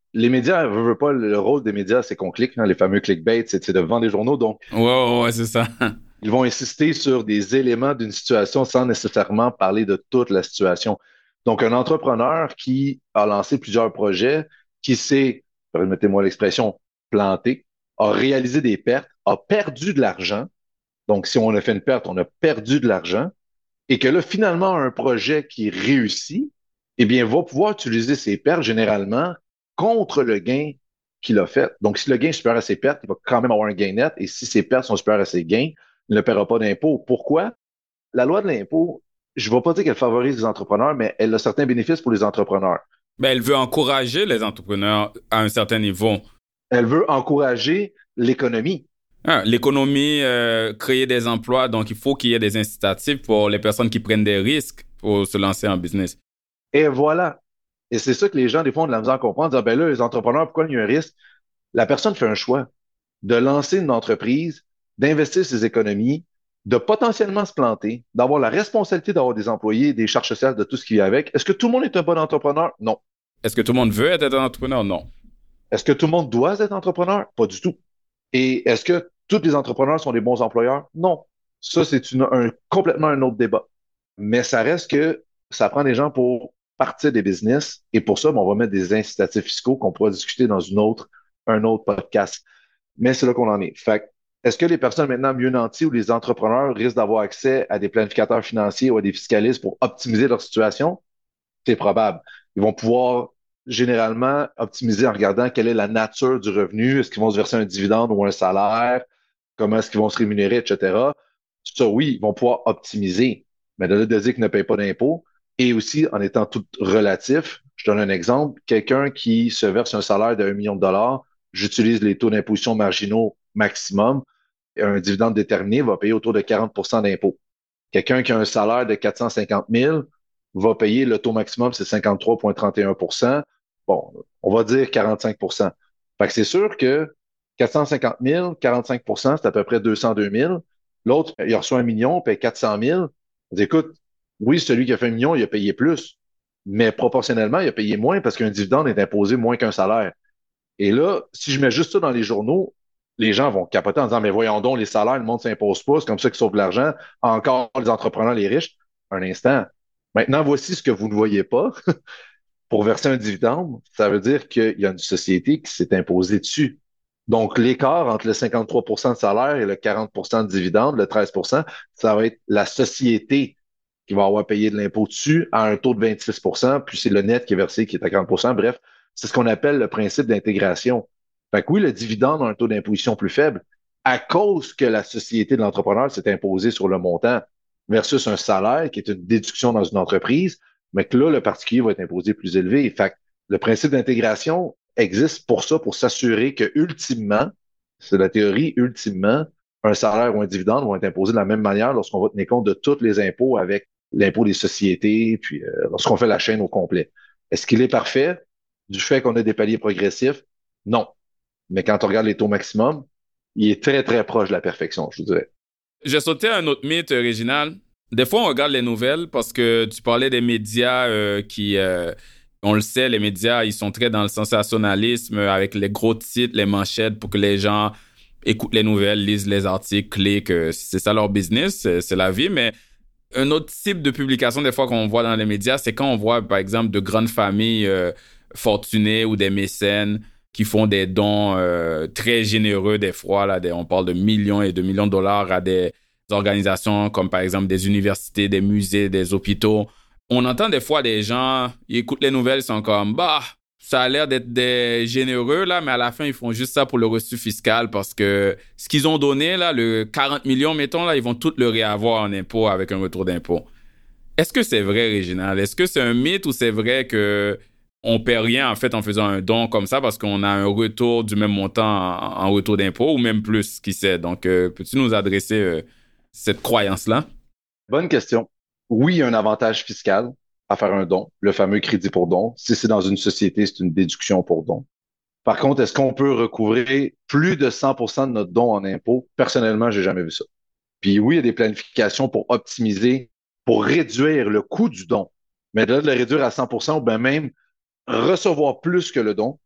Les médias, veut, veut pas, le rôle des médias, c'est qu'on clique, hein, les fameux clickbait, c'est, c'est de vendre des journaux. Donc, Ouais, ouais, ouais, c'est ça. ils vont insister sur des éléments d'une situation sans nécessairement parler de toute la situation. Donc, un entrepreneur qui a lancé plusieurs projets, qui s'est, permettez-moi l'expression, planté, a réalisé des pertes, a perdu de l'argent. Donc, si on a fait une perte, on a perdu de l'argent. Et que là, finalement, un projet qui réussit, eh bien, va pouvoir utiliser ses pertes généralement contre le gain qu'il a fait. Donc, si le gain est supérieur à ses pertes, il va quand même avoir un gain net. Et si ses pertes sont supérieures à ses gains, il ne paiera pas d'impôt. Pourquoi? La loi de l'impôt, je ne vais pas dire qu'elle favorise les entrepreneurs, mais elle a certains bénéfices pour les entrepreneurs. Ben, elle veut encourager les entrepreneurs à un certain niveau. Elle veut encourager l'économie. Ah, l'économie, euh, créer des emplois, donc il faut qu'il y ait des incitatifs pour les personnes qui prennent des risques pour se lancer en business. Et voilà. Et c'est ça que les gens, des fois, ont de la misère à comprendre. Dire, ben là, les entrepreneurs, pourquoi il y a un risque? La personne fait un choix de lancer une entreprise, d'investir ses économies, de potentiellement se planter, d'avoir la responsabilité d'avoir des employés, des charges sociales, de tout ce qui vient avec. Est-ce que tout le monde est un bon entrepreneur? Non. Est-ce que tout le monde veut être un entrepreneur? Non. Est-ce que tout le monde doit être entrepreneur? Pas du tout. Et est-ce que tous les entrepreneurs sont des bons employeurs? Non. Ça, c'est une, un, complètement un autre débat. Mais ça reste que ça prend des gens pour partir des business. Et pour ça, ben, on va mettre des incitatifs fiscaux qu'on pourra discuter dans une autre, un autre podcast. Mais c'est là qu'on en est. Fait que, est-ce que les personnes maintenant mieux nanties ou les entrepreneurs risquent d'avoir accès à des planificateurs financiers ou à des fiscalistes pour optimiser leur situation? C'est probable. Ils vont pouvoir généralement optimiser en regardant quelle est la nature du revenu. Est-ce qu'ils vont se verser un dividende ou un salaire? Comment est-ce qu'ils vont se rémunérer, et cetera. Ça, oui, ils vont pouvoir optimiser. Mais de là de dire qu'ils ne payent pas d'impôts et aussi en étant tout relatif, je donne un exemple. Quelqu'un qui se verse un salaire de un million de dollars, j'utilise les taux d'imposition marginaux maximum, un dividende déterminé va payer autour de quarante pour cent d'impôts. Quelqu'un qui a un salaire de quatre cent cinquante mille va payer le taux maximum, c'est cinquante-trois virgule trente et un pour cent. Bon, on va dire quarante-cinq pour cent. Fait que c'est sûr que quatre cent cinquante mille, quarante-cinq pour cent, c'est à peu près deux cent deux mille. L'autre, il a reçu un million, paye quatre cent mille. On dit, écoute, oui, celui qui a fait un million, il a payé plus, mais proportionnellement, il a payé moins parce qu'un dividende est imposé moins qu'un salaire. Et là, si je mets juste ça dans les journaux, les gens vont capoter en disant, mais voyons donc, les salaires, le monde s'impose pas, c'est comme ça qu'ils sauvent de l'argent. Encore les entrepreneurs, les riches. Un instant. Maintenant, voici ce que vous ne voyez pas. Pour verser un dividende, ça veut dire qu'il y a une société qui s'est imposée dessus. Donc, l'écart entre le cinquante-trois pour cent de salaire et le quarante pour cent de dividende, le treize pour cent, ça va être la société qui va avoir payé de l'impôt dessus à un taux de vingt-six pour cent, puis c'est le net qui est versé qui est à quarante pour cent. Bref, c'est ce qu'on appelle le principe d'intégration. Fait que oui, le dividende a un taux d'imposition plus faible à cause que la société de l'entrepreneur s'est imposée sur le montant versus un salaire qui est une déduction dans une entreprise, mais que là, le particulier va être imposé plus élevé. Fait que le principe d'intégration existe pour ça, pour s'assurer que ultimement, c'est la théorie, ultimement, un salaire ou un dividende vont être imposés de la même manière lorsqu'on va tenir compte de tous les impôts avec l'impôt des sociétés, puis euh, lorsqu'on fait la chaîne au complet. Est-ce qu'il est parfait du fait qu'on a des paliers progressifs? Non. Mais quand on regarde les taux maximum, il est très, très proche de la perfection, je vous dirais. J'ai sauté un autre mythe, Réginal. Des fois, on regarde les nouvelles parce que tu parlais des médias euh, qui... Euh, on le sait, les médias, ils sont très dans le sensationnalisme avec les gros titres, les manchettes pour que les gens écoutent les nouvelles, lisent les articles, cliquent. C'est ça leur business, c'est, c'est la vie. Mais un autre type de publication, des fois, qu'on voit dans les médias, c'est quand on voit, par exemple, de grandes familles euh, fortunées ou des mécènes qui font des dons euh, très généreux des fois. Là, des, on parle de millions et de millions de dollars à des organisations comme, par exemple, des universités, des musées, des hôpitaux. On entend des fois des gens, ils écoutent les nouvelles, ils sont comme, bah, ça a l'air d'être des généreux, là, mais à la fin, ils font juste ça pour le reçu fiscal parce que ce qu'ils ont donné, là, le quarante millions, mettons, là, ils vont tout le réavoir en impôts avec un retour d'impôt. Est-ce que c'est vrai, Réginald? Est-ce que c'est un mythe ou c'est vrai que on perd rien, en fait, en faisant un don comme ça parce qu'on a un retour du même montant en, en retour d'impôt ou même plus, qui sait? Donc, euh, peux-tu nous adresser euh, cette croyance-là? Bonne question. Oui, il y a un avantage fiscal à faire un don, le fameux crédit pour don. Si c'est dans une société, c'est une déduction pour don. Par contre, est-ce qu'on peut recouvrer plus de cent pour cent de notre don en impôts? Personnellement, j'ai jamais vu ça. Puis oui, il y a des planifications pour optimiser, pour réduire le coût du don. Mais de là, de le réduire à cent pour cent ou bien même recevoir plus que le don,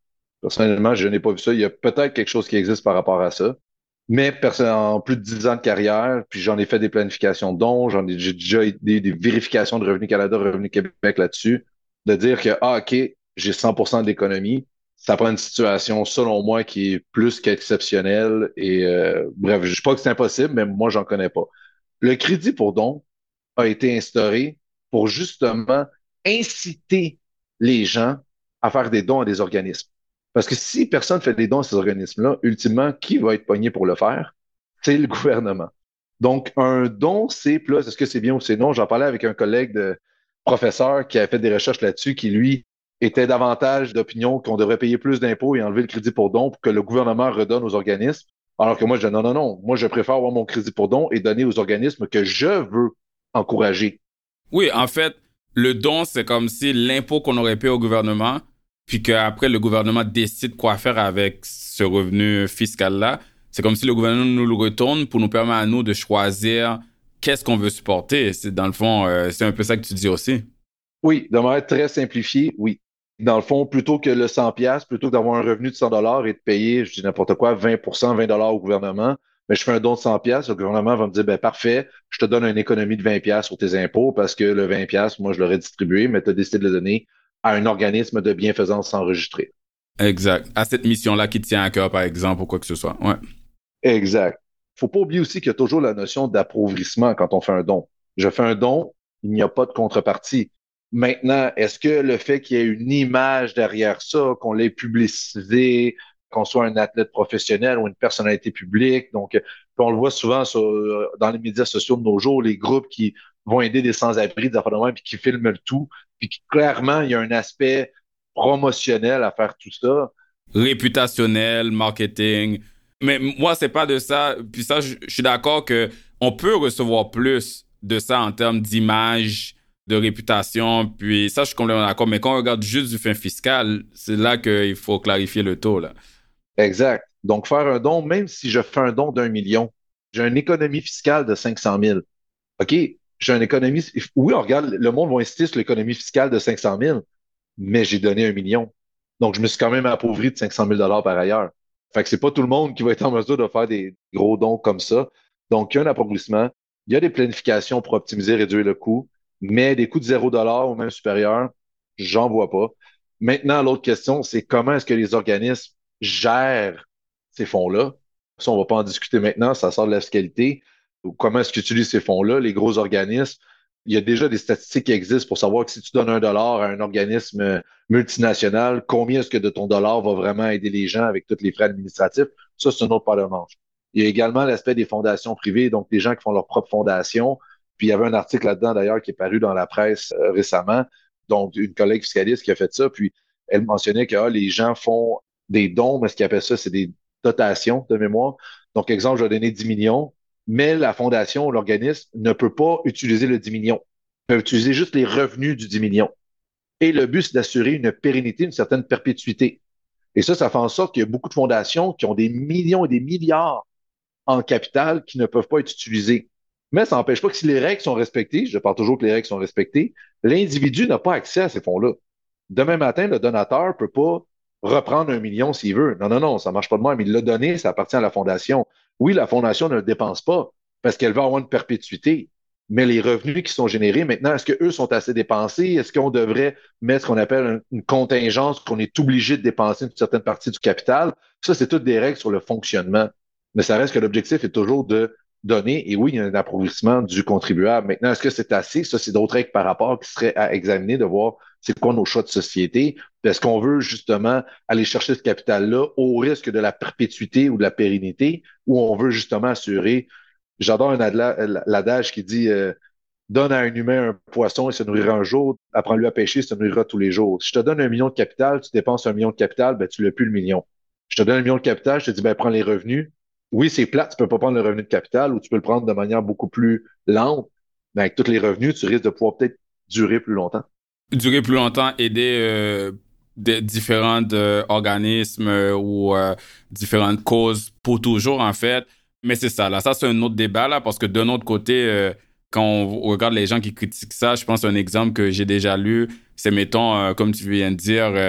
Personnellement, je n'ai pas vu ça. Il y a peut-être quelque chose qui existe par rapport à ça. Mais perso- en plus de dix ans de carrière, puis j'en ai fait des planifications de dons, j'en ai, j'ai déjà des, des vérifications de Revenu Canada, Revenu Québec là-dessus, de dire que, ah, OK, j'ai cent pour cent d'économie, ça prend une situation, selon moi, qui est plus qu'exceptionnelle. Et euh, bref, je ne dis pas que c'est impossible, mais moi, j'en connais pas. Le crédit pour dons a été instauré pour justement inciter les gens à faire des dons à des organismes. Parce que si personne fait des dons à ces organismes-là, ultimement, qui va être pogné pour le faire? C'est le gouvernement. Donc, un don, c'est plus, est-ce que c'est bien ou c'est non? J'en parlais avec un collègue de professeur qui a fait des recherches là-dessus, qui, lui, était davantage d'opinion qu'on devrait payer plus d'impôts et enlever le crédit pour don pour que le gouvernement redonne aux organismes. Alors que moi, je dis non, non, non. Moi, je préfère avoir mon crédit pour don et donner aux organismes que je veux encourager. Oui, en fait, le don, c'est comme si l'impôt qu'on aurait payé au gouvernement, puis qu'après, le gouvernement décide quoi faire avec ce revenu fiscal-là. C'est comme si le gouvernement nous le retourne pour nous permettre à nous de choisir qu'est-ce qu'on veut supporter. C'est, dans le fond, euh, c'est un peu ça que tu dis aussi. Oui, de manière très simplifiée, oui. Dans le fond, plutôt que le cent piastres, plutôt que d'avoir un revenu de cent dollars et de payer, je dis n'importe quoi, vingt pour cent, vingt dollars au gouvernement, mais je fais un don de cent piastres, le gouvernement va me dire, ben parfait, je te donne une économie de vingt piastres sur tes impôts parce que le vingt piastres, moi, je l'aurais distribué, mais tu as décidé de le donner à un organisme de bienfaisance enregistré. Exact. À cette mission-là qui te tient à cœur, par exemple, ou quoi que ce soit. Ouais. Exact. Faut pas oublier aussi qu'il y a toujours la notion d'appauvrissement quand on fait un don. Je fais un don, il n'y a pas de contrepartie. Maintenant, est-ce que le fait qu'il y ait une image derrière ça, qu'on l'ait publicisé, qu'on soit un athlète professionnel ou une personnalité publique, donc puis on le voit souvent sur, dans les médias sociaux de nos jours, les groupes qui vont aider des sans-abri, des enfants de même, puis qui filment le tout, puis qui, clairement, il y a un aspect promotionnel à faire tout ça. Réputationnel, marketing. Mais moi, c'est pas de ça. Puis ça, je, je suis d'accord que on peut recevoir plus de ça en termes d'image, de réputation. Puis ça, je suis complètement d'accord. Mais quand on regarde juste du fin fiscal, c'est là qu'il faut clarifier le taux, là. Exact. Donc, faire un don, même si je fais un don d'un million, j'ai une économie fiscale de cinq cent mille. OK, j'ai une économie. Oui, on regarde, le monde va insister sur l'économie fiscale de cinq cent mille, mais j'ai donné un million. Donc, je me suis quand même appauvri de cinq cent mille dollars par ailleurs. Fait que c'est pas tout le monde qui va être en mesure de faire des gros dons comme ça. Donc, il y a un appauvrissement. Il y a des planifications pour optimiser, réduire le coût, mais des coûts de zéro dollar ou même supérieur, j'en vois pas. Maintenant, l'autre question, c'est comment est-ce que les organismes gèrent ces fonds-là? Ça, on va pas en discuter maintenant, ça sort de la fiscalité. Comment est-ce qu'ils utilisent ces fonds-là? Les gros organismes, il y a déjà des statistiques qui existent pour savoir que si tu donnes un dollar à un organisme multinational, combien est-ce que de ton dollar va vraiment aider les gens avec tous les frais administratifs? Ça, c'est une autre part de manche. Il y a également l'aspect des fondations privées, donc des gens qui font leur propre fondation. Puis il y avait un article là-dedans, d'ailleurs, qui est paru dans la presse euh, récemment, donc une collègue fiscaliste qui a fait ça, puis elle mentionnait que ah, les gens font des dons, mais ce qu'ils appellent ça, c'est des dotations de mémoire. Donc, exemple, je vais donner dix millions, mais la fondation, l'organisme, ne peut pas utiliser le dix millions. Il peut utiliser juste les revenus du dix millions. Et le but, c'est d'assurer une pérennité, une certaine perpétuité. Et ça, ça fait en sorte qu'il y a beaucoup de fondations qui ont des millions et des milliards en capital qui ne peuvent pas être utilisés. Mais ça n'empêche pas que si les règles sont respectées, je parle toujours que les règles sont respectées, l'individu n'a pas accès à ces fonds-là. Demain matin, le donateur ne peut pas reprendre un million s'il veut. Non, non, non, ça ne marche pas de même. Il l'a donné, ça appartient à la fondation. Oui, la fondation ne le dépense pas parce qu'elle va avoir une perpétuité. Mais les revenus qui sont générés maintenant, est-ce qu'eux sont assez dépensés? Est-ce qu'on devrait mettre ce qu'on appelle une contingence qu'on est obligé de dépenser une certaine partie du capital? Ça, c'est toutes des règles sur le fonctionnement. Mais ça reste que l'objectif est toujours de donner. Et oui, il y a un appauvrissement du contribuable. Maintenant, est-ce que c'est assez? Ça, c'est d'autres règles par rapport qui seraient à examiner, de voir c'est quoi nos choix de société. Est-ce qu'on veut justement aller chercher ce capital-là au risque de la perpétuité ou de la pérennité, ou on veut justement assurer. J'adore un l'adage qui dit euh, donne à un humain un poisson, il se nourrira un jour, apprends-lui à pêcher, il se nourrira tous les jours. Si je te donne un million de capital, tu dépenses un million de capital, ben tu l'as plus le million. Je te donne un million de capital, je te dis ben prends les revenus. Oui, c'est plate, tu peux pas prendre le revenu de capital ou tu peux le prendre de manière beaucoup plus lente, mais avec tous les revenus, tu risques de pouvoir peut-être durer plus longtemps. Durer plus longtemps, aider euh, des différents euh, organismes euh, ou euh, différentes causes pour toujours, en fait. Mais c'est ça, là, ça, c'est un autre débat, là, parce que d'un autre côté, euh, quand on regarde les gens qui critiquent ça, je pense un exemple que j'ai déjà lu, c'est, mettons, euh, comme tu viens de dire, euh,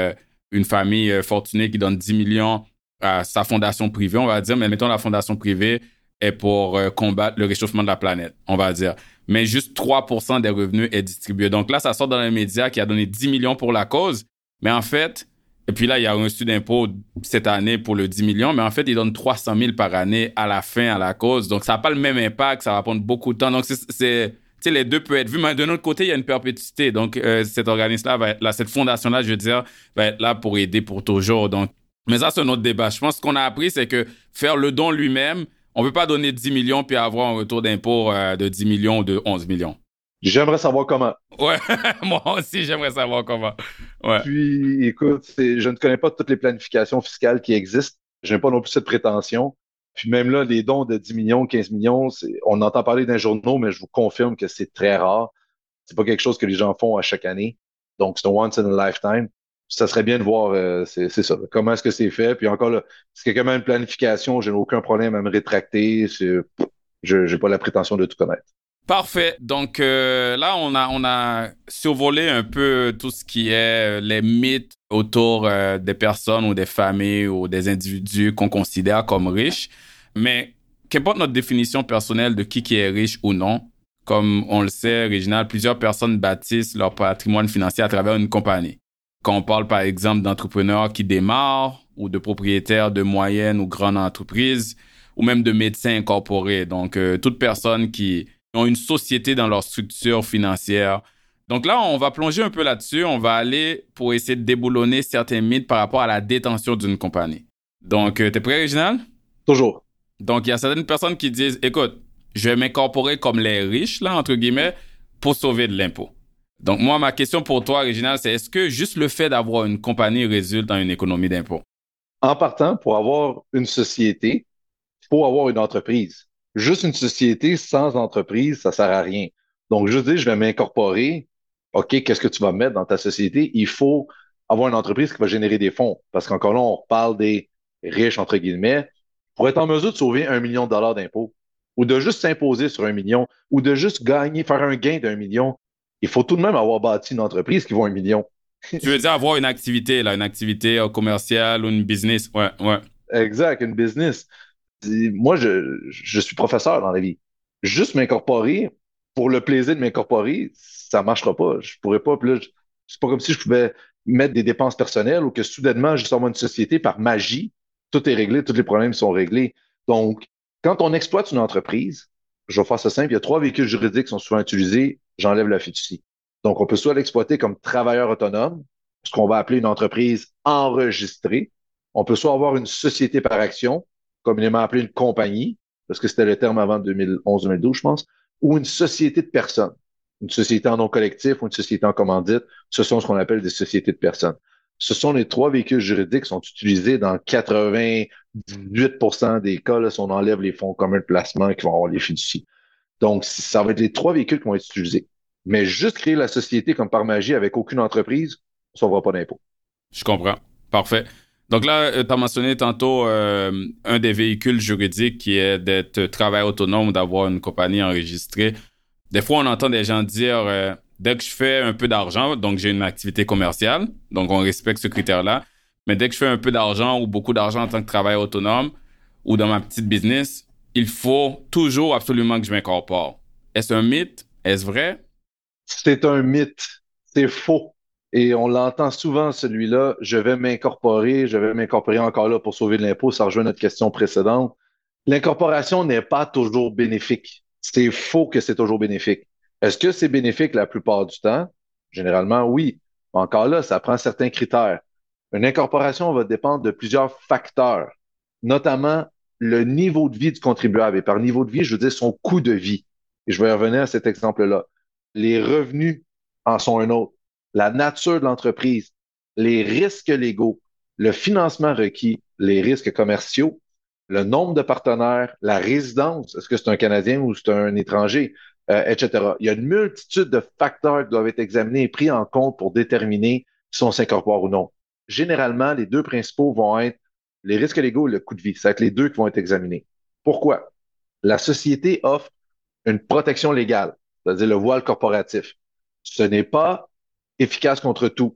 une famille euh, fortunée qui donne dix millions à sa fondation privée, on va dire, mais mettons la fondation privée est pour euh, combattre le réchauffement de la planète, on va dire. Mais juste trois pour cent des revenus est distribué. Donc là, ça sort dans les médias qui a donné dix millions pour la cause, mais en fait, et puis là, il y a reçu d'impôt cette année pour le dix millions, mais en fait, il donne trois cent mille par année à la fin à la cause. Donc, ça n'a pas le même impact, ça va prendre beaucoup de temps. Donc, c'est, c'est tu sais, les deux peuvent être vus, mais d'un autre côté, il y a une perpétuité. Donc, euh, cet organisme-là va être là, cette fondation-là, je veux dire, va être là pour aider pour toujours. Donc, mais ça, c'est un autre débat. Je pense que ce qu'on a appris, c'est que faire le don lui-même, on ne peut pas donner dix millions puis avoir un retour d'impôt euh, de dix millions ou de onze millions. J'aimerais savoir comment. Ouais, moi aussi, j'aimerais savoir comment. Ouais. Puis, écoute, c'est, je ne connais pas toutes les planifications fiscales qui existent. Je n'ai pas non plus cette prétention. Puis même là, les dons de dix millions, quinze millions, c'est, on entend parler d'un journaux, mais je vous confirme que c'est très rare. C'est pas quelque chose que les gens font à chaque année. Donc, c'est un once in a lifetime. Ça serait bien de voir, euh, c'est, c'est ça, comment est-ce que c'est fait. Puis encore là, c'est quand même une planification, j'ai aucun problème à me rétracter. C'est, je n'ai pas la prétention de tout connaître. Parfait. Donc euh, là, on a, on a survolé un peu tout ce qui est les mythes autour euh, des personnes ou des familles ou des individus qu'on considère comme riches. Mais qu'importe notre définition personnelle de qui qui est riche ou non, comme on le sait, Réginald, plusieurs personnes bâtissent leur patrimoine financier à travers une compagnie. Quand on parle par exemple d'entrepreneurs qui démarrent ou de propriétaires de moyennes ou grandes entreprises ou même de médecins incorporés. Donc, euh, toute personne qui ont une société dans leur structure financière. Donc là, on va plonger un peu là-dessus. On va aller pour essayer de déboulonner certains mythes par rapport à la détention d'une compagnie. Donc, euh, t'es prêt, Réginald? Toujours. Donc, il y a certaines personnes qui disent, écoute, je vais m'incorporer comme les riches, là, entre guillemets, pour sauver de l'impôt. Donc, moi, ma question pour toi, Réginald, c'est est-ce que juste le fait d'avoir une compagnie résulte dans une économie d'impôt? En partant, pour avoir une société, il faut avoir une entreprise. Juste une société sans entreprise, ça sert à rien. Donc, je dis, je vais m'incorporer. OK, qu'est-ce que tu vas mettre dans ta société? Il faut avoir une entreprise qui va générer des fonds. Parce qu'encore là, on parle des riches, entre guillemets, pour être en mesure de sauver un million de dollars d'impôts, ou de juste s'imposer sur un million, ou de juste gagner, faire un gain d'un million. Il faut tout de même avoir bâti une entreprise qui vaut un million. Tu veux dire avoir une activité, là, une activité euh, commerciale ou une business? Ouais, ouais. Exact, une business. Moi, je, je suis professeur dans la vie. Juste m'incorporer pour le plaisir de m'incorporer, ça marchera pas. Je pourrais pas. Puis là, je- c'est pas comme si je pouvais mettre des dépenses personnelles ou que soudainement, juste avoir une société par magie, tout est réglé, tous les problèmes sont réglés. Donc, quand on exploite une entreprise, je vais faire ça simple, il y a trois véhicules juridiques qui sont souvent utilisés, j'enlève la fiducie. Donc, on peut soit l'exploiter comme travailleur autonome, ce qu'on va appeler une entreprise enregistrée. On peut soit avoir une société par action, communément appelée une compagnie, parce que c'était le terme avant deux mille onze deux mille douze, je pense, ou une société de personnes. Une société en nom collectif ou une société en commandite, ce sont ce qu'on appelle des sociétés de personnes. Ce sont les trois véhicules juridiques qui sont utilisés dans quatre-vingt-dix-huit pour cent des cas, là, si on enlève les fonds communs de placement qui vont avoir les fiducies. Donc, ça va être les trois véhicules qui vont être utilisés. Mais juste créer la société comme par magie avec aucune entreprise, on ne sauvera pas d'impôt. Je comprends. Parfait. Donc là, tu as mentionné tantôt euh, un des véhicules juridiques qui est d'être travailleur autonome ou d'avoir une compagnie enregistrée. Des fois, on entend des gens dire euh, dès que je fais un peu d'argent, donc j'ai une activité commerciale, donc on respecte ce critère-là, mais dès que je fais un peu d'argent ou beaucoup d'argent en tant que travailleur autonome ou dans ma petite business, il faut toujours absolument que je m'incorpore. Est-ce un mythe? Est-ce vrai? C'est un mythe. C'est faux. Et on l'entend souvent, celui-là, je vais m'incorporer, je vais m'incorporer encore là pour sauver de l'impôt, ça rejoint notre question précédente. L'incorporation n'est pas toujours bénéfique. C'est faux que c'est toujours bénéfique. Est-ce que c'est bénéfique la plupart du temps? Généralement, oui. Encore là, ça prend certains critères. Une incorporation va dépendre de plusieurs facteurs, notamment le niveau de vie du contribuable. Et par niveau de vie, je veux dire son coût de vie. Et je vais revenir à cet exemple-là. Les revenus en sont un autre. La nature de l'entreprise, les risques légaux, le financement requis, les risques commerciaux, le nombre de partenaires, la résidence, est-ce que c'est un Canadien ou c'est un étranger, euh, et cetera. Il y a une multitude de facteurs qui doivent être examinés et pris en compte pour déterminer si on s'incorpore ou non. Généralement, les deux principaux vont être les risques légaux et le coût de vie. Ça va être les deux qui vont être examinés. Pourquoi? La société offre une protection légale, c'est-à-dire le voile corporatif. Ce n'est pas efficace contre tout.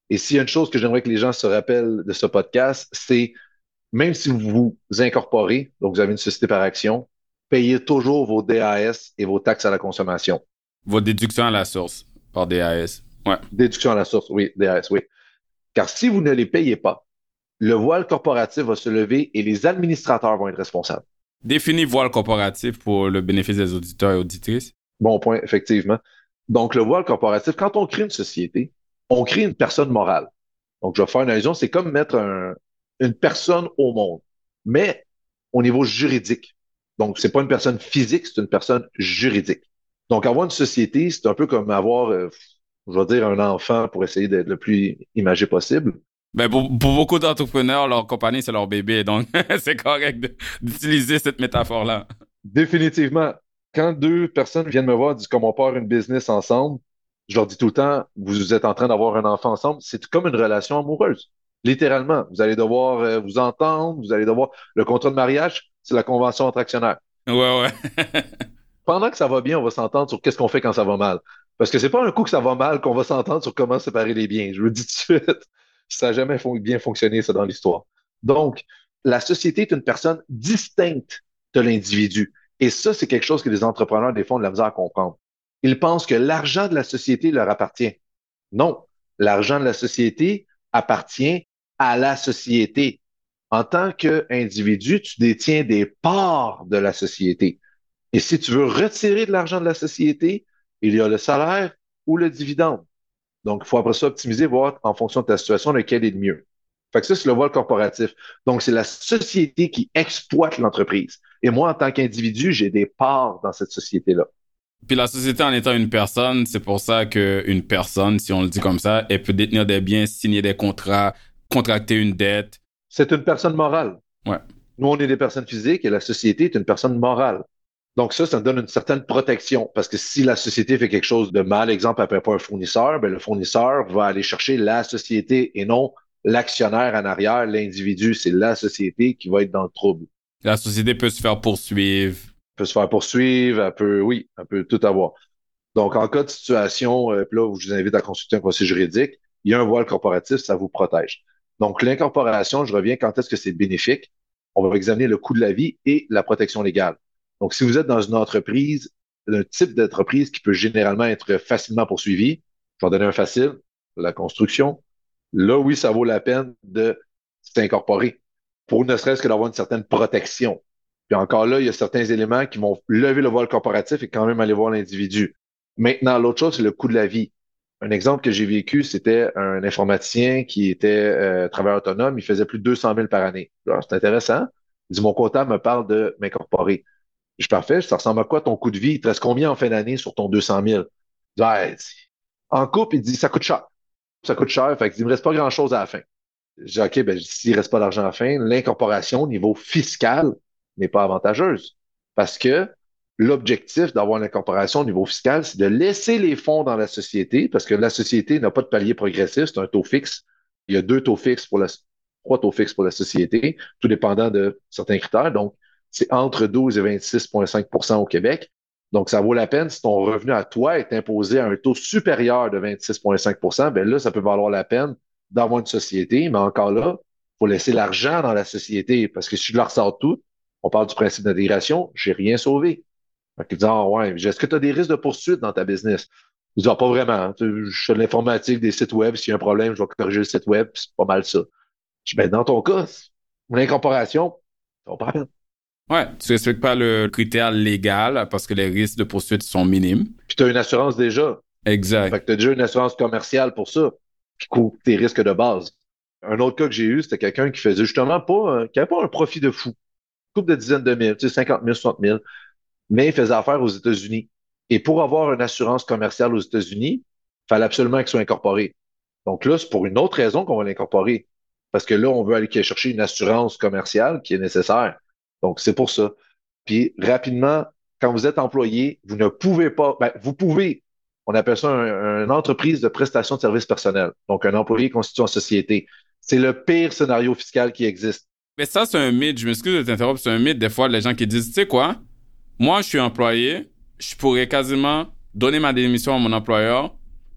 Et s'il y a une chose que j'aimerais que les gens se rappellent de ce podcast, c'est même si vous vous incorporez, donc vous avez une société par action, payez toujours vos D A S et vos taxes à la consommation. Vos déductions à la source par D A S. Ouais. Déduction à la source, oui, D A S, oui. Car si vous ne les payez pas, le voile corporatif va se lever et les administrateurs vont être responsables. Définis voile corporatif pour le bénéfice des auditeurs et auditrices. Bon point, effectivement. Donc, le voile corporatif, quand on crée une société, on crée une personne morale. Donc, je vais faire une allusion, c'est comme mettre un, une personne au monde, mais au niveau juridique. Donc, c'est pas une personne physique, c'est une personne juridique. Donc, avoir une société, c'est un peu comme avoir, euh, je vais dire, un enfant pour essayer d'être le plus imagé possible. Ben pour, pour beaucoup d'entrepreneurs, leur compagnie, c'est leur bébé. Donc, c'est correct de, d'utiliser cette métaphore-là. Définitivement. Quand deux personnes viennent me voir et disent comme on part une business ensemble, je leur dis tout le temps, vous êtes en train d'avoir un enfant ensemble, c'est comme une relation amoureuse. Littéralement, vous allez devoir euh, vous entendre, vous allez devoir... Le contrat de mariage, c'est la convention entre actionnaires. Ouais, ouais. Pendant que ça va bien, on va s'entendre sur qu'est-ce qu'on fait quand ça va mal. Parce que c'est pas un coup que ça va mal qu'on va s'entendre sur comment séparer les biens. Je vous le dis tout de suite. Ça n'a jamais fon- bien fonctionné, ça, dans l'histoire. Donc, la société est une personne distincte de l'individu. Et ça, c'est quelque chose que les entrepreneurs, des fois, ont de la misère à comprendre. Ils pensent que l'argent de la société leur appartient. Non, l'argent de la société appartient à la société. En tant qu'individu, tu détiens des parts de la société. Et si tu veux retirer de l'argent de la société, il y a le salaire ou le dividende. Donc, il faut après ça optimiser, voir en fonction de ta situation lequel est le mieux. Fait que ça, c'est le voile corporatif. Donc, c'est la société qui exploite l'entreprise. Et moi, en tant qu'individu, j'ai des parts dans cette société-là. Puis la société en étant une personne, c'est pour ça qu'une personne, si on le dit comme ça, elle peut détenir des biens, signer des contrats, contracter une dette. C'est une personne morale. Ouais. Nous, on est des personnes physiques et la société est une personne morale. Donc ça, ça me donne une certaine protection parce que si la société fait quelque chose de mal, exemple, elle ne paie pas un fournisseur, ben le fournisseur va aller chercher la société et non l'actionnaire en arrière, l'individu. C'est la société qui va être dans le trouble. La société peut se faire poursuivre. Elle peut se faire poursuivre, elle peut, oui, elle peut tout avoir. Donc, en cas de situation, euh, puis là, où je vous invite à consulter un conseiller juridique, il y a un voile corporatif, ça vous protège. Donc, l'incorporation, je reviens, quand est-ce que c'est bénéfique? On va examiner le coût de la vie et la protection légale. Donc, si vous êtes dans une entreprise, un type d'entreprise qui peut généralement être facilement poursuivi, je vais en donner un facile, la construction. Là, oui, ça vaut la peine de s'incorporer pour ne serait-ce que d'avoir une certaine protection. Puis encore là, il y a certains éléments qui vont lever le voile corporatif et quand même aller voir l'individu. Maintenant, l'autre chose, c'est le coût de la vie. Un exemple que j'ai vécu, c'était un informaticien qui était euh, travailleur autonome. Il faisait plus de deux cent mille par année. Alors, c'est intéressant. Il dit, mon comptable me parle de m'incorporer. Je suis parfait. Ça ressemble à quoi ton coût de vie? Il te reste combien en fin d'année sur ton deux cent mille? Il dit, ah, en couple, il dit, ça coûte cher. Ça coûte cher. Fait qu'il dit, il me reste pas grand-chose à la fin. Je dis, OK, ben, s'il reste pas d'argent à la fin, l'incorporation au niveau fiscal n'est pas avantageuse. Parce que l'objectif d'avoir l'incorporation au niveau fiscal, c'est de laisser les fonds dans la société, parce que la société n'a pas de palier progressif, c'est un taux fixe. Il y a deux taux fixes pour la, trois taux fixes pour la société, tout dépendant de certains critères. Donc, c'est entre douze et vingt-six virgule cinq pour cent au Québec. Donc, ça vaut la peine si ton revenu à toi est imposé à un taux supérieur de vingt-six virgule cinq pour cent, ben là, ça peut valoir la peine d'avoir une société, mais encore là, il faut laisser l'argent dans la société, parce que si je leur sors tout, on parle du principe d'intégration, j'ai rien sauvé. Fait qu'ils disent, ah ouais, est-ce que tu as des risques de poursuite dans ta business? Ils disent, ah, pas vraiment. Je fais de l'informatique, des sites web. S'il y a un problème, je vais corriger le site web. C'est pas mal ça. Je dis, ben, dans ton cas, l'incorporation, ça va pas la peine. Ouais, tu respectes pas le critère légal parce que les risques de poursuite sont minimes. Puis tu as une assurance déjà. Exact. Fait que tu as déjà une assurance commerciale pour ça, qui couvre tes risques de base. Un autre cas que j'ai eu, c'était quelqu'un qui faisait justement pas, qui n'avait pas un profit de fou. Couple de dizaines de mille, tu sais, cinquante mille, soixante mille. Mais il faisait affaire aux États-Unis. Et pour avoir une assurance commerciale aux États-Unis, il fallait absolument qu'il soit incorporé. Donc là, c'est pour une autre raison qu'on va l'incorporer. Parce que là, on veut aller chercher une assurance commerciale qui est nécessaire. Donc, c'est pour ça. Puis, rapidement, quand vous êtes employé, vous ne pouvez pas, ben, vous pouvez, on appelle ça un- une entreprise de prestation de services personnels. Donc, un employé constitué en société. C'est le pire scénario fiscal qui existe. Mais ça, c'est un mythe. Je m'excuse de t'interrompre. C'est un mythe, des fois, les gens qui disent, tu sais quoi? Moi, je suis employé. Je pourrais quasiment donner ma démission à mon employeur,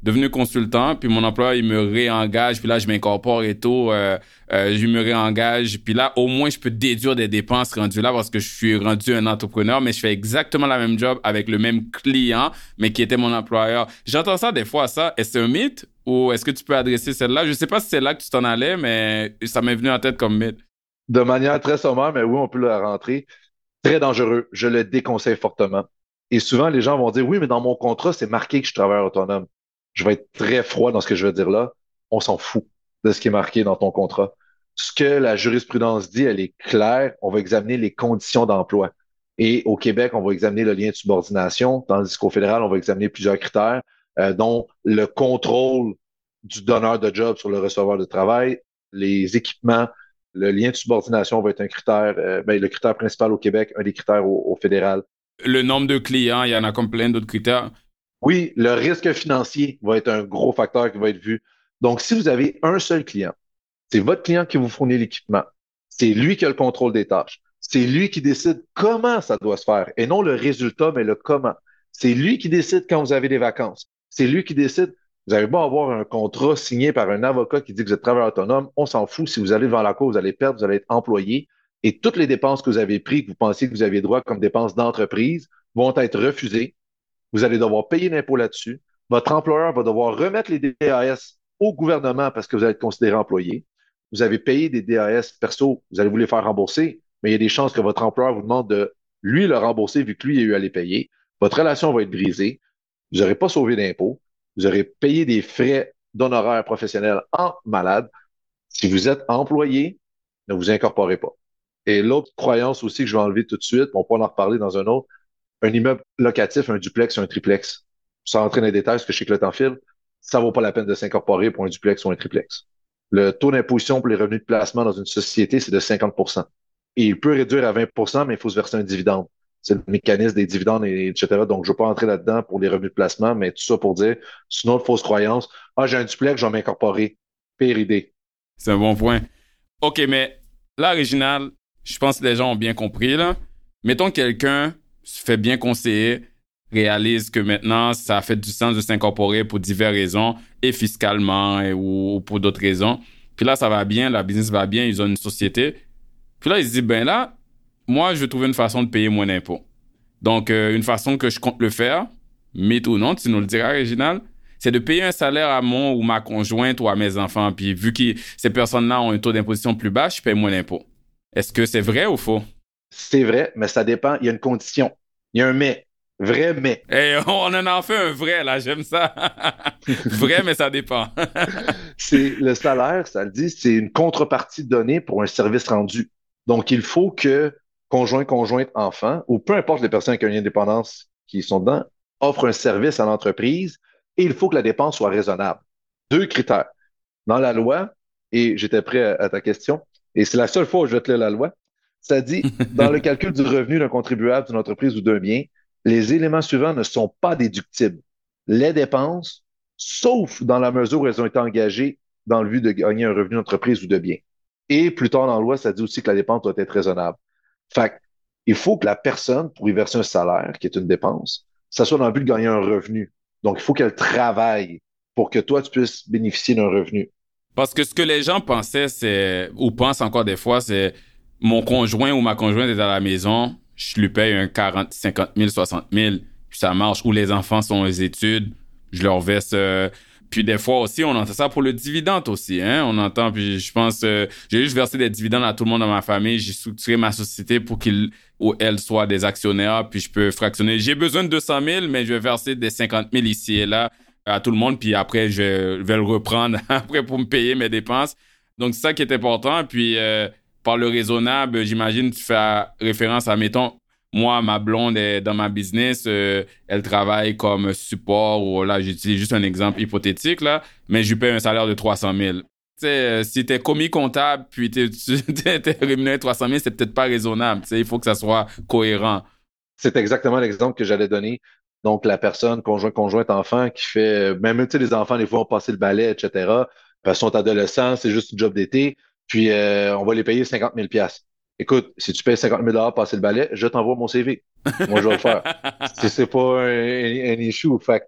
devenu consultant, puis mon employeur, il me réengage, puis là, je m'incorpore et tout, euh, euh, je me réengage, puis là, au moins, je peux déduire des dépenses rendues là parce que je suis rendu un entrepreneur, mais je fais exactement la même job avec le même client, mais qui était mon employeur. J'entends ça des fois, ça. Est-ce un mythe ou est-ce que tu peux adresser celle-là? Je sais pas si c'est là que tu t'en allais, mais ça m'est venu en tête comme mythe. De manière très sommaire, mais oui, on peut la rentrer. Très dangereux. Je le déconseille fortement. Et souvent, les gens vont dire, oui, mais dans mon contrat, c'est marqué que je suis travailleur autonome. Je vais être très froid dans ce que je vais dire là. On s'en fout de ce qui est marqué dans ton contrat. Ce que la jurisprudence dit, elle est claire. On va examiner les conditions d'emploi. Et au Québec, on va examiner le lien de subordination, tandis qu'au fédéral, on va examiner plusieurs critères, euh, dont le contrôle du donneur de job sur le receveur de travail, les équipements, le lien de subordination va être un critère, euh, ben, le critère principal au Québec, un des critères au, au fédéral. Le nombre de clients, il y en a comme plein d'autres critères. Oui, le risque financier va être un gros facteur qui va être vu. Donc, si vous avez un seul client, c'est votre client qui vous fournit l'équipement, c'est lui qui a le contrôle des tâches, c'est lui qui décide comment ça doit se faire, et non le résultat, mais le comment. C'est lui qui décide quand vous avez des vacances. C'est lui qui décide. Vous avez beau avoir un contrat signé par un avocat qui dit que vous êtes travailleur autonome, on s'en fout. Si vous allez devant la cour, vous allez perdre, vous allez être employé. Et toutes les dépenses que vous avez prises, que vous pensiez que vous aviez droit comme dépenses d'entreprise, vont être refusées. Vous allez devoir payer l'impôt là-dessus. Votre employeur va devoir remettre les D A S au gouvernement parce que vous allez être considéré employé. Vous avez payé des D A S perso, vous allez vous les faire rembourser, mais il y a des chances que votre employeur vous demande de lui le rembourser vu que lui a eu à les payer. Votre relation va être brisée. Vous n'aurez pas sauvé d'impôts. Vous aurez payé des frais d'honoraires professionnels en malade. Si vous êtes employé, ne vous incorporez pas. Et l'autre croyance aussi que je vais enlever tout de suite, on pourra en reparler dans un autre, un immeuble locatif, un duplex ou un triplex. Sans rentrer dans les détails, parce que je sais que le temps file, ça vaut pas la peine de s'incorporer pour un duplex ou un triplex. Le taux d'imposition pour les revenus de placement dans une société, c'est de cinquante pour cent. Et il peut réduire à vingt pour cent, mais il faut se verser un dividende. C'est le mécanisme des dividendes, et, etc. Donc, je ne veux pas entrer là-dedans pour les revenus de placement, mais tout ça pour dire, c'est une autre fausse croyance. Ah, j'ai un duplex, je vais m'incorporer. Pire idée. C'est un bon point. OK, mais là, Réginal, je pense que les gens ont bien compris, là. Mettons que quelqu'un se fait bien conseiller, réalise que maintenant, ça a fait du sens de s'incorporer pour diverses raisons, et fiscalement, et, ou, ou pour d'autres raisons. Puis là, ça va bien, la business va bien, ils ont une société. Puis là, ils se disent, ben là, moi, je vais trouver une façon de payer moins d'impôts. Donc, euh, une façon que je compte le faire, mythe ou non, tu nous le diras, Réginal, c'est de payer un salaire à mon ou ma conjointe ou à mes enfants. Puis vu que ces personnes-là ont un taux d'imposition plus bas, je paye moins d'impôts. Est-ce que c'est vrai ou faux? C'est vrai, mais ça dépend. Il y a une condition. Il y a un mais. Vrai mais. Hey, on en a fait un vrai, là, j'aime ça. Vrai, mais ça dépend. C'est le salaire, ça le dit, c'est une contrepartie donnée pour un service rendu. Donc, il faut que conjoint, conjointe, enfant, ou peu importe les personnes qui ont une indépendance qui sont dedans, offrent un service à l'entreprise et il faut que la dépense soit raisonnable. Deux critères. Dans la loi, et j'étais prêt à, à ta question, et c'est la seule fois où je vais te lire la loi, ça dit, dans le calcul du revenu d'un contribuable d'une entreprise ou d'un bien, les éléments suivants ne sont pas déductibles. Les dépenses, sauf dans la mesure où elles ont été engagées dans le but de gagner un revenu d'entreprise ou de bien. Et plus tard dans la loi, ça dit aussi que la dépense doit être raisonnable. Fait que, il faut que la personne, pour y verser un salaire, qui est une dépense, ça soit dans le but de gagner un revenu. Donc, il faut qu'elle travaille pour que toi, tu puisses bénéficier d'un revenu. Parce que ce que les gens pensaient, c'est, ou pensent encore des fois, c'est mon conjoint ou ma conjointe est à la maison, je lui paye un quarante, cinquante mille, soixante mille, puis ça marche. Ou les enfants sont aux études, je leur verse... Euh, puis des fois aussi, on entend ça pour le dividende aussi, hein. On entend, puis je pense, euh, j'ai juste versé des dividendes à tout le monde dans ma famille. J'ai structuré ma société pour qu'ils ou elles soient des actionnaires, puis je peux fractionner. J'ai besoin de deux cent mille, mais je vais verser des cinquante mille ici et là à tout le monde, puis après, je vais le reprendre après pour me payer mes dépenses. Donc, c'est ça qui est important. Puis, euh, par le raisonnable, j'imagine, tu fais référence à, mettons, moi, ma blonde est dans ma business, euh, elle travaille comme support, ou là, j'utilise juste un exemple hypothétique, là, mais je lui paye un salaire de trois cent mille. Tu sais, euh, si t'es commis comptable, puis t'es, t'es, t'es rémunéré trois cent mille, c'est peut-être pas raisonnable. Tu sais, il faut que ça soit cohérent. C'est exactement l'exemple que j'allais donner. Donc, la personne, conjoint, conjointe, enfant, qui fait, même, tu sais, les enfants, des fois, ont passé le balai, et cetera. Puis, ils sont adolescents, c'est juste un job d'été. Puis, euh, on va les payer cinquante mille dollars. Écoute, si tu payes cinquante mille dollars passer le balai, je t'envoie mon C V. Moi, je vais le faire. C'est, c'est pas un, un issue. Fait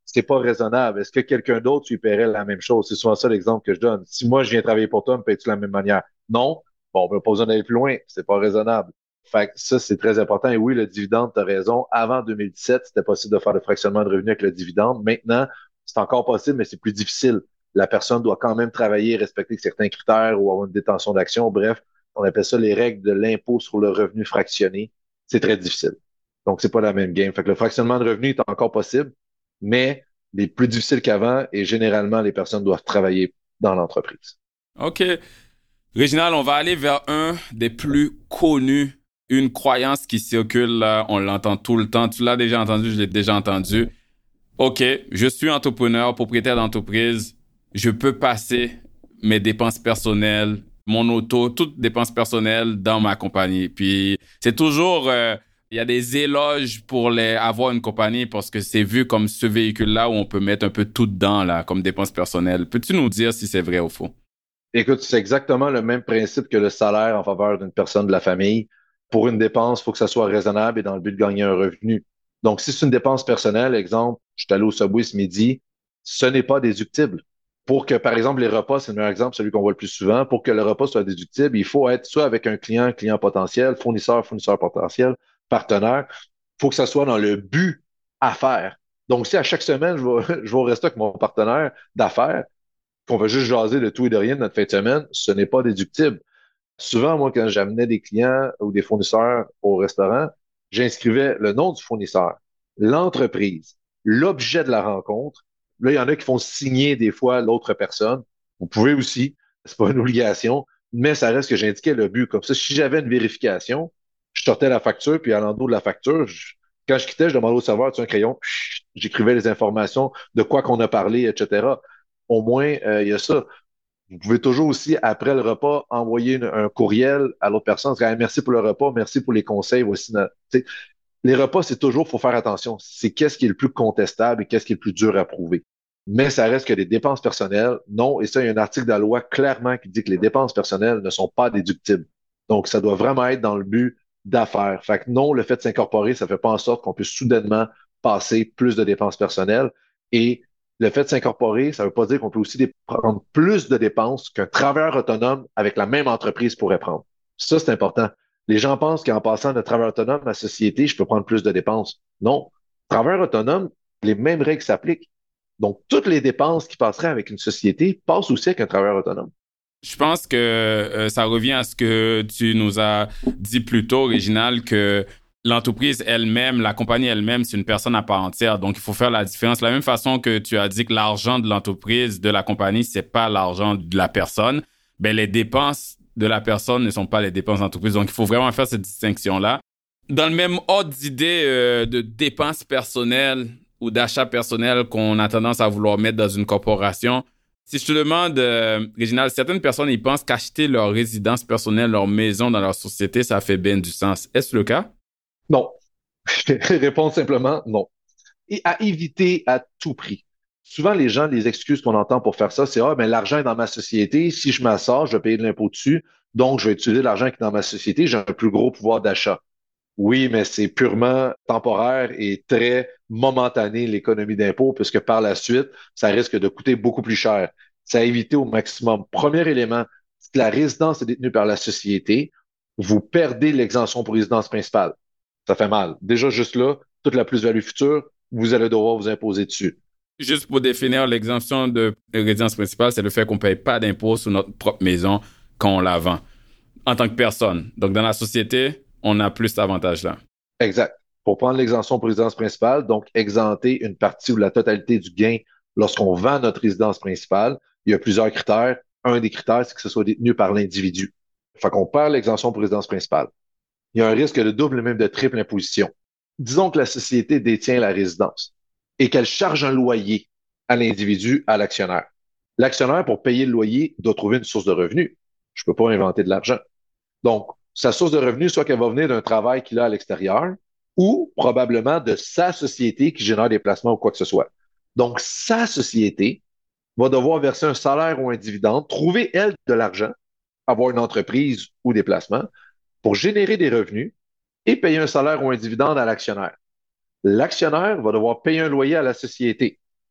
c'est pas raisonnable. Est-ce que quelqu'un d'autre lui paierait la même chose? C'est souvent ça l'exemple que je donne. Si moi, je viens travailler pour toi, me payes-tu de la même manière? Non. Bon, on n'a pas besoin d'aller plus loin. C'est pas raisonnable. Fait que ça, c'est très important. Et oui, le dividende, tu as raison. Avant deux mille dix-sept, c'était possible de faire le fractionnement de revenus avec le dividende. Maintenant, c'est encore possible, mais c'est plus difficile. La personne doit quand même travailler, respecter certains critères ou avoir une détention d'action. Bref, on appelle ça les règles de l'impôt sur le revenu fractionné. C'est très difficile. Donc, c'est pas la même game. Fait que le fractionnement de revenus est encore possible, mais il est plus difficile qu'avant et généralement, les personnes doivent travailler dans l'entreprise. OK. Réginald, on va aller vers un des plus connus, une croyance qui circule là, on l'entend tout le temps. Tu l'as déjà entendu, je l'ai déjà entendu. OK, je suis entrepreneur, propriétaire d'entreprise, je peux passer mes dépenses personnelles, mon auto, toutes dépenses personnelles dans ma compagnie. Puis c'est toujours, euh, il y a des éloges pour les, avoir une compagnie parce que c'est vu comme ce véhicule-là où on peut mettre un peu tout dedans là, comme dépenses personnelles. Peux-tu nous dire si c'est vrai ou faux? Écoute, c'est exactement le même principe que le salaire en faveur d'une personne de la famille. Pour une dépense, il faut que ça soit raisonnable et dans le but de gagner un revenu. Donc, si c'est une dépense personnelle, exemple, je suis allé au Subway ce midi, ce n'est pas déductible. Pour que, par exemple, les repas, c'est le meilleur exemple, celui qu'on voit le plus souvent, pour que le repas soit déductible, il faut être soit avec un client, client potentiel, fournisseur, fournisseur potentiel, partenaire. Il faut que ça soit dans le but à faire. Donc, si à chaque semaine, je vais, je vais au resto avec mon partenaire d'affaires, qu'on va juste jaser de tout et de rien de notre fin de semaine, ce n'est pas déductible. Souvent, moi, quand j'amenais des clients ou des fournisseurs au restaurant, j'inscrivais le nom du fournisseur, l'entreprise, l'objet de la rencontre. Là, il y en a qui font signer des fois l'autre personne. Vous pouvez aussi, c'est pas une obligation, mais ça reste que j'indiquais le but. Comme ça, si j'avais une vérification, je sortais la facture, puis à l'endroit de la facture, je- quand je quittais, je demandais au serveur, tu as un crayon, j'écrivais les informations de quoi qu'on a parlé, et cetera. Au moins, euh, il y a ça. Vous pouvez toujours aussi, après le repas, envoyer une- un courriel à l'autre personne. Dire, Hey, merci pour le repas, merci pour les conseils. Voici notre- tu sais, les repas, c'est toujours, faut faire attention. C'est qu'est-ce qui est le plus contestable et qu'est-ce qui est le plus dur à prouver. Mais ça reste que des dépenses personnelles, non. Et ça, il y a un article de la loi clairement qui dit que les dépenses personnelles ne sont pas déductibles. Donc, ça doit vraiment être dans le but d'affaires. Fait que non, le fait de s'incorporer, ça fait pas en sorte qu'on puisse soudainement passer plus de dépenses personnelles. Et le fait de s'incorporer, ça veut pas dire qu'on peut aussi dé- prendre plus de dépenses qu'un travailleur autonome avec la même entreprise pourrait prendre. Ça, c'est important. Les gens pensent qu'en passant de travailleur autonome à société, je peux prendre plus de dépenses. Non. Travailleur autonome, les mêmes règles s'appliquent. Donc, toutes les dépenses qui passeraient avec une société passent aussi avec un travailleur autonome. Je pense que euh, ça revient à ce que tu nous as dit plus tôt, Réginald, que l'entreprise elle-même, la compagnie elle-même, c'est une personne à part entière. Donc, il faut faire la différence. De la même façon que tu as dit que l'argent de l'entreprise, de la compagnie, c'est pas l'argent de la personne, ben les dépenses de la personne ne sont pas les dépenses d'entreprise. Donc, il faut vraiment faire cette distinction-là. Dans le même ordre d'idée euh, de dépenses personnelles ou d'achats personnels qu'on a tendance à vouloir mettre dans une corporation, si je te demande, euh, Réginald, certaines personnes, ils pensent qu'acheter leur résidence personnelle, leur maison dans leur société, ça fait bien du sens. Est-ce le cas? Non. Répondre simplement non. Et à éviter à tout prix. Souvent, les gens, les excuses qu'on entend pour faire ça, c'est Ah, ben, l'argent est dans ma société, si je m'assors, je vais payer de l'impôt dessus, donc je vais utiliser l'argent qui est dans ma société, j'ai un plus gros pouvoir d'achat. Oui, mais c'est purement temporaire et très momentané, l'économie d'impôt, puisque par la suite, ça risque de coûter beaucoup plus cher. C'est à éviter au maximum. Premier élément, si la résidence est détenue par la société, vous perdez l'exemption pour résidence principale. Ça fait mal. Déjà, juste là, toute la plus-value future, vous allez devoir vous imposer dessus. Juste pour définir l'exemption de résidence principale, c'est le fait qu'on ne paye pas d'impôt sur notre propre maison quand on la vend, en tant que personne. Donc, dans la société, on a plus d'avantages-là. Exact. Pour prendre l'exemption pour résidence principale, donc exempter une partie ou la totalité du gain lorsqu'on vend notre résidence principale, il y a plusieurs critères. Un des critères, c'est que ce soit détenu par l'individu. Fait qu'on perd l'exemption pour résidence principale. Il y a un risque de double et même de triple imposition. Disons que la société détient la résidence et qu'elle charge un loyer à l'individu, à l'actionnaire. L'actionnaire, pour payer le loyer, doit trouver une source de revenus. Je ne peux pas inventer de l'argent. Donc, sa source de revenus, soit qu'elle va venir d'un travail qu'il a à l'extérieur ou probablement de sa société qui génère des placements ou quoi que ce soit. Donc, sa société va devoir verser un salaire ou un dividende, trouver, elle, de l'argent, avoir une entreprise ou des placements pour générer des revenus et payer un salaire ou un dividende à l'actionnaire. L'actionnaire va devoir payer un loyer à la société.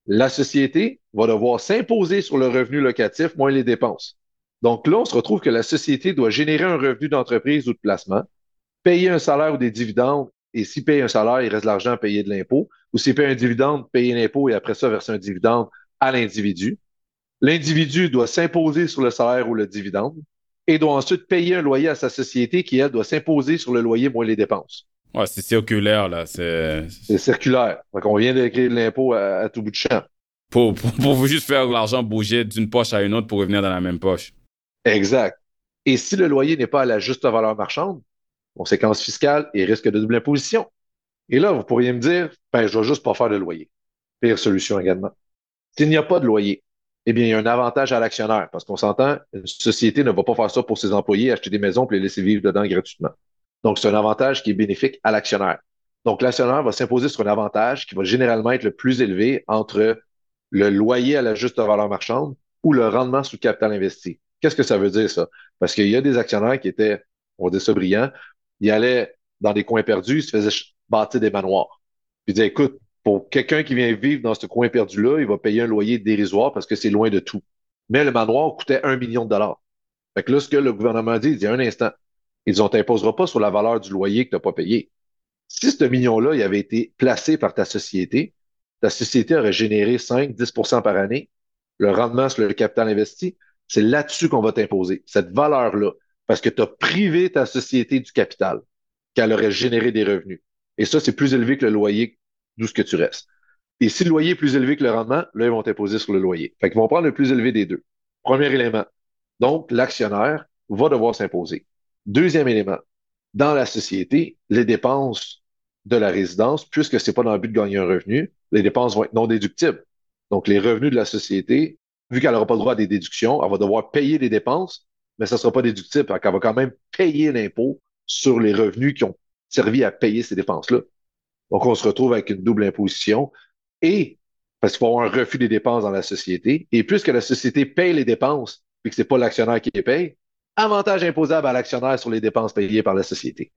La société va devoir s'imposer sur le revenu locatif moins les dépenses. Donc là, on se retrouve que la société doit générer un revenu d'entreprise ou de placement, payer un salaire ou des dividendes, et s'il paye un salaire, il reste de l'argent à payer de l'impôt, ou s'il paye un dividende, payer l'impôt et après ça, verser un dividende à l'individu. L'individu doit s'imposer sur le salaire ou le dividende et doit ensuite payer un loyer à sa société qui, elle, doit s'imposer sur le loyer moins les dépenses. Ouais, c'est circulaire, là. C'est C'est circulaire. Donc, on vient de créer de l'impôt à, à tout bout de champ. pour, pour, pour juste faire l'argent bouger d'une poche à une autre pour revenir dans la même poche. Exact. Et si le loyer n'est pas à la juste valeur marchande, conséquence fiscale et risque de double imposition. Et là, vous pourriez me dire, ben, je vais juste pas faire de loyer. Pire solution également. S'il n'y a pas de loyer, eh bien, il y a un avantage à l'actionnaire, parce qu'on s'entend, une société ne va pas faire ça pour ses employés, acheter des maisons et les laisser vivre dedans gratuitement. Donc, c'est un avantage qui est bénéfique à l'actionnaire. Donc, l'actionnaire va s'imposer sur un avantage qui va généralement être le plus élevé entre le loyer à la juste valeur marchande ou le rendement sous capital investi. Qu'est-ce que ça veut dire, ça? Parce qu'il y a des actionnaires qui étaient, on dit ça brillant, ils allaient dans des coins perdus, ils se faisaient bâtir des manoirs. Puis ils disaient, écoute, pour quelqu'un qui vient vivre dans ce coin perdu-là, il va payer un loyer dérisoire parce que c'est loin de tout. Mais le manoir coûtait un million de dollars. Fait que là, ce que le gouvernement dit, il dit un instant, ils ont t'imposera pas sur la valeur du loyer que tu n'as pas payé. Si ce million-là, il avait été placé par ta société, ta société aurait généré cinq à dix pour cent par année. Le rendement sur le capital investi, c'est là-dessus qu'on va t'imposer, cette valeur-là, parce que tu as privé ta société du capital, qu'elle aurait généré des revenus. Et ça, c'est plus élevé que le loyer d'où ce que tu restes. Et si le loyer est plus élevé que le rendement, là, ils vont t'imposer sur le loyer. Fait qu'ils vont prendre le plus élevé des deux. Premier élément. Donc, l'actionnaire va devoir s'imposer. Deuxième élément. Dans la société, les dépenses de la résidence, puisque c'est pas dans le but de gagner un revenu, les dépenses vont être non déductibles. Donc, les revenus de la société, vu qu'elle n'aura pas le droit à des déductions, elle va devoir payer les dépenses, mais ça ne sera pas déductible. Donc, elle va quand même payer l'impôt sur les revenus qui ont servi à payer ces dépenses-là. Donc, on se retrouve avec une double imposition et parce qu'il faut avoir un refus des dépenses dans la société. Et puisque la société paye les dépenses et que c'est pas l'actionnaire qui les paye, avantage imposable à l'actionnaire sur les dépenses payées par la société.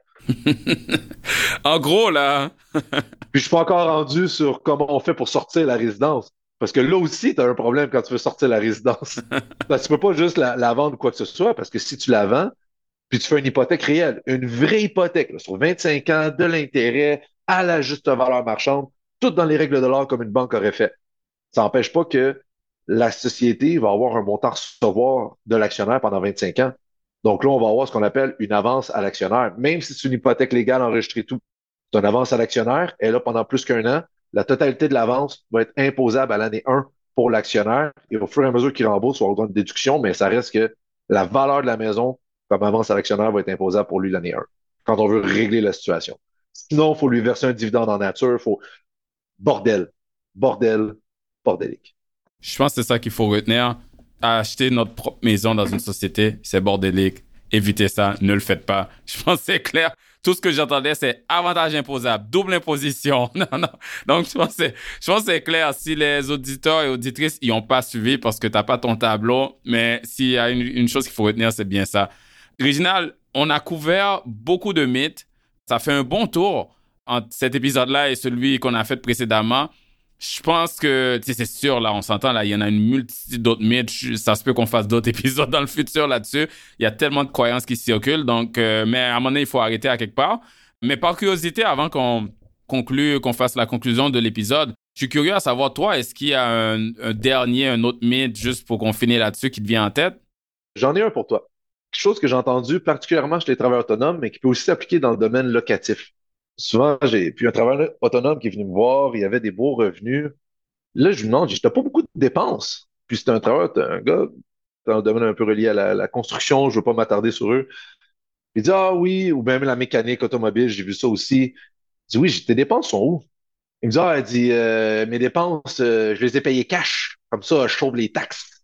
En gros, là. Puis je suis pas encore rendu sur comment on fait pour sortir la résidence. Parce que là aussi, tu as un problème quand tu veux sortir la résidence. Parce que tu peux pas juste la, la vendre ou quoi que ce soit, parce que si tu la vends, puis tu fais une hypothèque réelle, une vraie hypothèque, là, sur vingt-cinq ans, de l'intérêt, à la juste valeur marchande, tout dans les règles de l'art comme une banque aurait fait. Ça n'empêche pas que la société va avoir un montant à recevoir de l'actionnaire pendant vingt-cinq ans. Donc là, on va avoir ce qu'on appelle une avance à l'actionnaire, même si c'est une hypothèque légale enregistrée tout. C'est une avance à l'actionnaire, et là, pendant plus qu'un an, la totalité de l'avance va être imposable à l'année un pour l'actionnaire, et au fur et à mesure qu'il rembourse, on va avoir une déduction, mais ça reste que la valeur de la maison comme avance à l'actionnaire va être imposable pour lui l'année un, quand on veut régler la situation. Sinon, il faut lui verser un dividende en nature, il faut... Bordel, bordel, bordélique. Je pense que c'est ça qu'il faut retenir. Acheter notre propre maison dans une société, c'est bordélique. Évitez ça, ne le faites pas. Je pense que c'est clair. Tout ce que j'entendais, c'est avantage imposable, double imposition. Non, non. Donc, je pense que c'est, je pense que c'est clair. Si les auditeurs et auditrices y ont pas suivi parce que t'as pas ton tableau, mais s'il y a une, une chose qu'il faut retenir, c'est bien ça. Réginald, on a couvert beaucoup de mythes. Ça fait un bon tour entre cet épisode-là et celui qu'on a fait précédemment. Je pense que, tu sais, c'est sûr, là, on s'entend, là, il y en a une multitude d'autres mythes. Ça se peut qu'on fasse d'autres épisodes dans le futur là-dessus. Il y a tellement de croyances qui circulent. Donc, euh, mais à un moment donné, il faut arrêter à quelque part. Mais par curiosité, avant qu'on conclue, qu'on fasse la conclusion de l'épisode, je suis curieux à savoir, toi, est-ce qu'il y a un, un dernier, un autre mythe, juste pour qu'on finisse là-dessus, qui te vient en tête? J'en ai un pour toi. Quelque chose que j'ai entendu particulièrement chez les travailleurs autonomes, mais qui peut aussi s'appliquer dans le domaine locatif. Souvent, j'ai puis un travailleur autonome qui est venu me voir, il avait des beaux revenus. Là, je lui demande, j'ai pas beaucoup de dépenses. Puis c'est un travailleur, un gars dans le domaine un peu relié à la, la construction, je veux pas m'attarder sur eux. Il dit, ah oui, ou même la mécanique automobile, j'ai vu ça aussi. Je dis, oui, tes dépenses sont où? Il me dit, ah, elle dit, euh, mes dépenses, euh, je les ai payées cash. Comme ça, je sauve les taxes.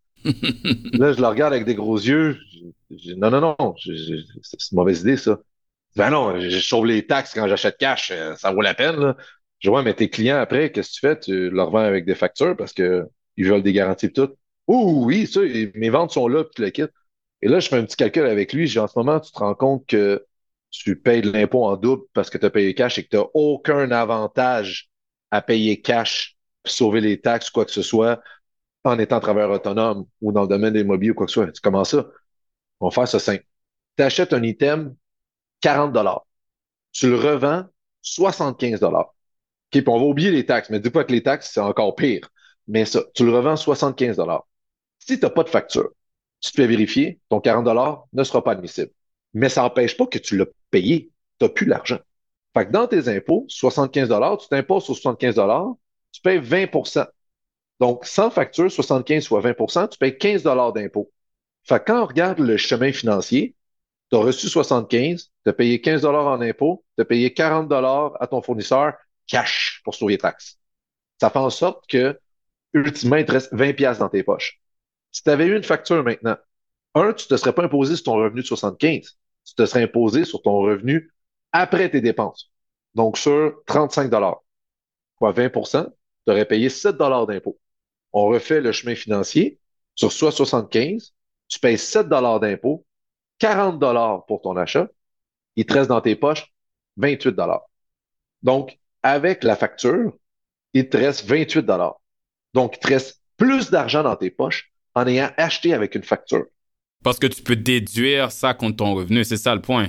Là, je le regarde avec des gros yeux. Je, je, non, non, non, je, je, c'est une mauvaise idée, ça. Ben non, je sauve les taxes quand j'achète cash, euh, ça vaut la peine, là. Je vois, mais tes clients après, qu'est-ce que tu fais? Tu leur vends avec des factures parce que ils veulent des garanties et tout. Oh oui, ça, mes ventes sont là, puis tu le quittes. Et là, je fais un petit calcul avec lui. J'ai en ce moment, tu te rends compte que tu payes de l'impôt en double parce que tu as payé cash et que tu n'as aucun avantage à payer cash sauver les taxes ou quoi que ce soit en étant travailleur autonome ou dans le domaine de l'immobilier ou quoi que ce soit. Tu commences ça. On va faire ça simple. Tu achètes un item quarante dollars. Tu le revends soixante-quinze dollars. OK, puis on va oublier les taxes, mais dis pas que les taxes, c'est encore pire. Mais ça, tu le revends soixante-quinze dollars. Si tu n'as pas de facture, tu te fais vérifier, ton quarante dollars ne sera pas admissible. Mais ça n'empêche pas que tu l'as payé. Tu n'as plus l'argent. Fait que dans tes impôts, soixante-quinze dollars, tu t'imposes sur soixante-quinze dollars, tu payes vingt pour cent. Donc, sans facture, soixante-quinze fois vingt pour cent, tu payes quinze dollars d'impôts. Fait que quand on regarde le chemin financier, tu as reçu soixante-quinze, tu as payé quinze dollars en impôts, tu as payé quarante dollars à ton fournisseur cash pour sauver les taxes. Ça fait en sorte que, ultimement, il te reste vingt dollars dans tes poches. Si tu avais eu une facture maintenant, un, tu ne te serais pas imposé sur ton revenu de soixante-quinze, tu te serais imposé sur ton revenu après tes dépenses. Donc, sur trente-cinq dollars, fois vingt pour cent, tu aurais payé sept dollars d'impôts. On refait le chemin financier. Sur soit soixante-quinze, tu payes sept dollars d'impôts, quarante dollars pour ton achat, il te reste dans tes poches vingt-huit dollars. Donc, avec la facture, il te reste vingt-huit dollars. Donc, il te reste plus d'argent dans tes poches en ayant acheté avec une facture. Parce que tu peux déduire ça contre ton revenu, c'est ça le point.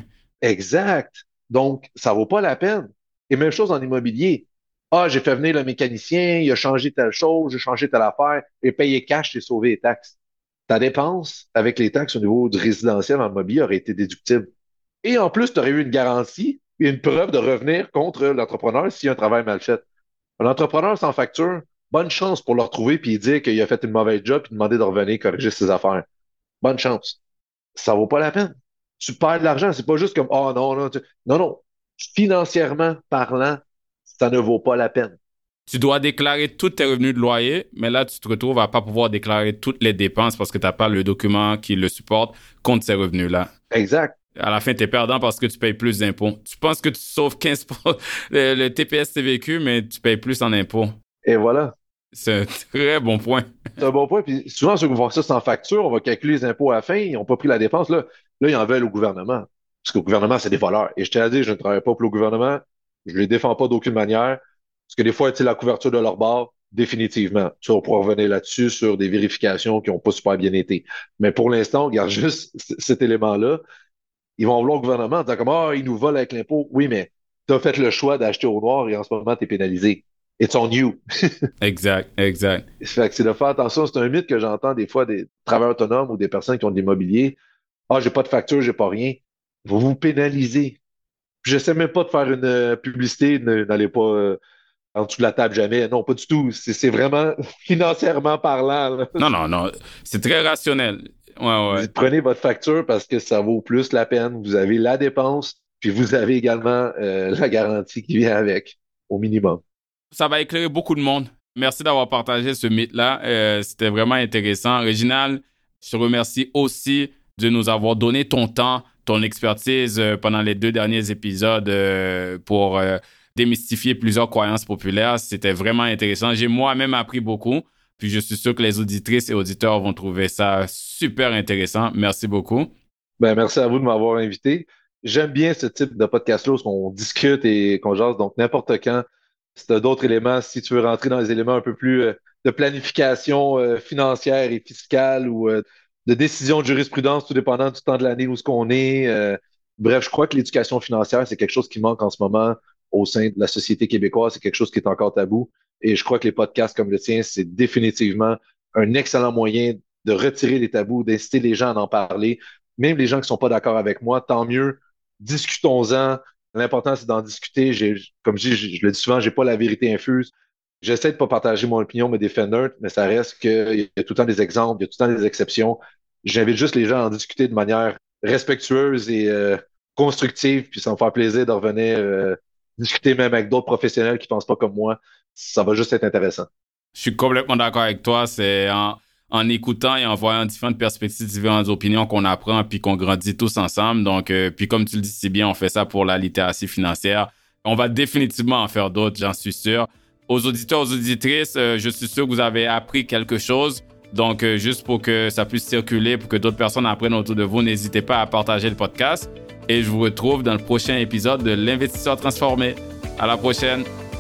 Exact. Donc, ça vaut pas la peine. Et même chose en immobilier. Ah, j'ai fait venir le mécanicien, il a changé telle chose, j'ai changé telle affaire, j'ai payé cash, j'ai sauvé les taxes. Ta dépense avec les taxes au niveau du résidentiel en immobilier aurait été déductible. Et en plus, tu aurais eu une garantie et une preuve de revenir contre l'entrepreneur s'il y a un travail mal fait. Un entrepreneur sans facture, bonne chance pour le retrouver puis dire qu'il a fait une mauvaise job puis demander de revenir corriger ses affaires. Bonne chance. Ça vaut pas la peine. Tu perds de l'argent. C'est pas juste comme, oh non, non, tu... non, non. Financièrement parlant, ça ne vaut pas la peine. Tu dois déclarer tous tes revenus de loyer, mais là, tu te retrouves à pas pouvoir déclarer toutes les dépenses parce que tu n'as pas le document qui le supporte contre ces revenus-là. Exact. À la fin, tu es perdant parce que tu payes plus d'impôts. Tu penses que tu sauves quinze pour cent le, le T P S T V Q, mais tu payes plus en impôts. Et voilà. C'est un très bon point. C'est un bon point. Puis souvent, ceux qui vont faire ça sans facture, on va calculer les impôts à la fin, ils n'ont pas pris la dépense. Là, là, ils en veulent au gouvernement. Parce que le gouvernement, c'est des voleurs. Et je t'ai dit, je ne travaille pas pour le gouvernement. Je ne les défends pas d'aucune manière. Parce que des fois, tu sais, la couverture de leur bord, définitivement. Tu vas pouvoir revenir là-dessus sur des vérifications qui n'ont pas super bien été. Mais pour l'instant, on regarde juste c- cet élément-là. Ils vont vouloir au gouvernement en disant comme, ah, ils nous volent avec l'impôt. Oui, mais tu as fait le choix d'acheter au noir et en ce moment, tu es pénalisé. It's on you. Exact, exact. Fait que c'est de faire attention. C'est un mythe que j'entends des fois des travailleurs autonomes ou des personnes qui ont de l'immobilier. Ah, j'ai pas de facture, j'ai pas rien. Vous vous pénalisez. Je sais même pas de faire une euh, publicité, ne- n'allez pas euh, en dessous de la table jamais. Non, pas du tout. C'est c'est vraiment financièrement parlant, là. Non, non, non. C'est très rationnel. Ouais, ouais. Vous prenez votre facture parce que ça vaut plus la peine. Vous avez la dépense, puis vous avez également euh, la garantie qui vient avec, au minimum. Ça va éclairer beaucoup de monde. Merci d'avoir partagé ce mythe-là. Euh, c'était vraiment intéressant. Réginald, je te remercie aussi de nous avoir donné ton temps, ton expertise euh, pendant les deux derniers épisodes euh, pour euh, démystifier plusieurs croyances populaires. C'était vraiment intéressant. J'ai moi-même appris beaucoup. Puis je suis sûr que les auditrices et auditeurs vont trouver ça super intéressant. Merci beaucoup. Ben, merci à vous de m'avoir invité. J'aime bien ce type de podcast-là où on discute et qu'on jase. Donc, n'importe quand, si tu as d'autres éléments, si tu veux rentrer dans les éléments un peu plus euh, de planification euh, financière et fiscale ou euh, de décision de jurisprudence, tout dépendant du temps de l'année où ce qu'on est. euh, bref, je crois que l'éducation financière, c'est quelque chose qui manque en ce moment au sein de la société québécoise. C'est quelque chose qui est encore tabou. Et je crois que les podcasts comme le tien, c'est définitivement un excellent moyen de retirer les tabous, d'inciter les gens à en parler. Même les gens qui ne sont pas d'accord avec moi, tant mieux. Discutons-en. L'important, c'est d'en discuter. J'ai, comme je dis, je, je le dis souvent, j'ai pas la vérité infuse. J'essaie de pas partager mon opinion, mais des faits neutres, mais ça reste qu'il y a tout le temps des exemples, il y a tout le temps des exceptions. J'invite juste les gens à en discuter de manière respectueuse et euh, constructive, puis ça me fait plaisir de revenir euh, discuter même avec d'autres professionnels qui pensent pas comme moi. Ça va juste être intéressant. Je suis complètement d'accord avec toi. C'est en, en écoutant et en voyant différentes perspectives, différentes opinions qu'on apprend puis qu'on grandit tous ensemble. Donc, euh, puis comme tu le dis si bien, on fait ça pour la littératie financière. On va définitivement en faire d'autres, j'en suis sûr. Aux auditeurs, aux auditrices, euh, je suis sûr que vous avez appris quelque chose. Donc, euh, juste pour que ça puisse circuler, pour que d'autres personnes apprennent autour de vous, n'hésitez pas à partager le podcast. Et je vous retrouve dans le prochain épisode de l'Investisseur transformé. À la prochaine!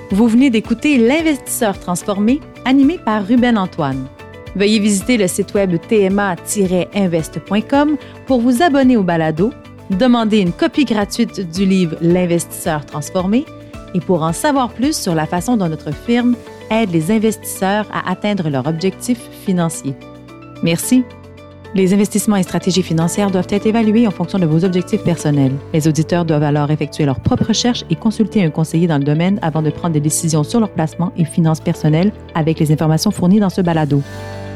Vous venez d'écouter L'Investisseur transformé, animé par Ruben Antoine. Veuillez visiter le site web t m a tiret invest point com pour vous abonner au balado, demander une copie gratuite du livre L'Investisseur transformé et pour en savoir plus sur la façon dont notre firme aide les investisseurs à atteindre leurs objectifs financiers. Merci. Les investissements et stratégies financières doivent être évalués en fonction de vos objectifs personnels. Les auditeurs doivent alors effectuer leurs propres recherches et consulter un conseiller dans le domaine avant de prendre des décisions sur leur placement et finances personnelles avec les informations fournies dans ce balado.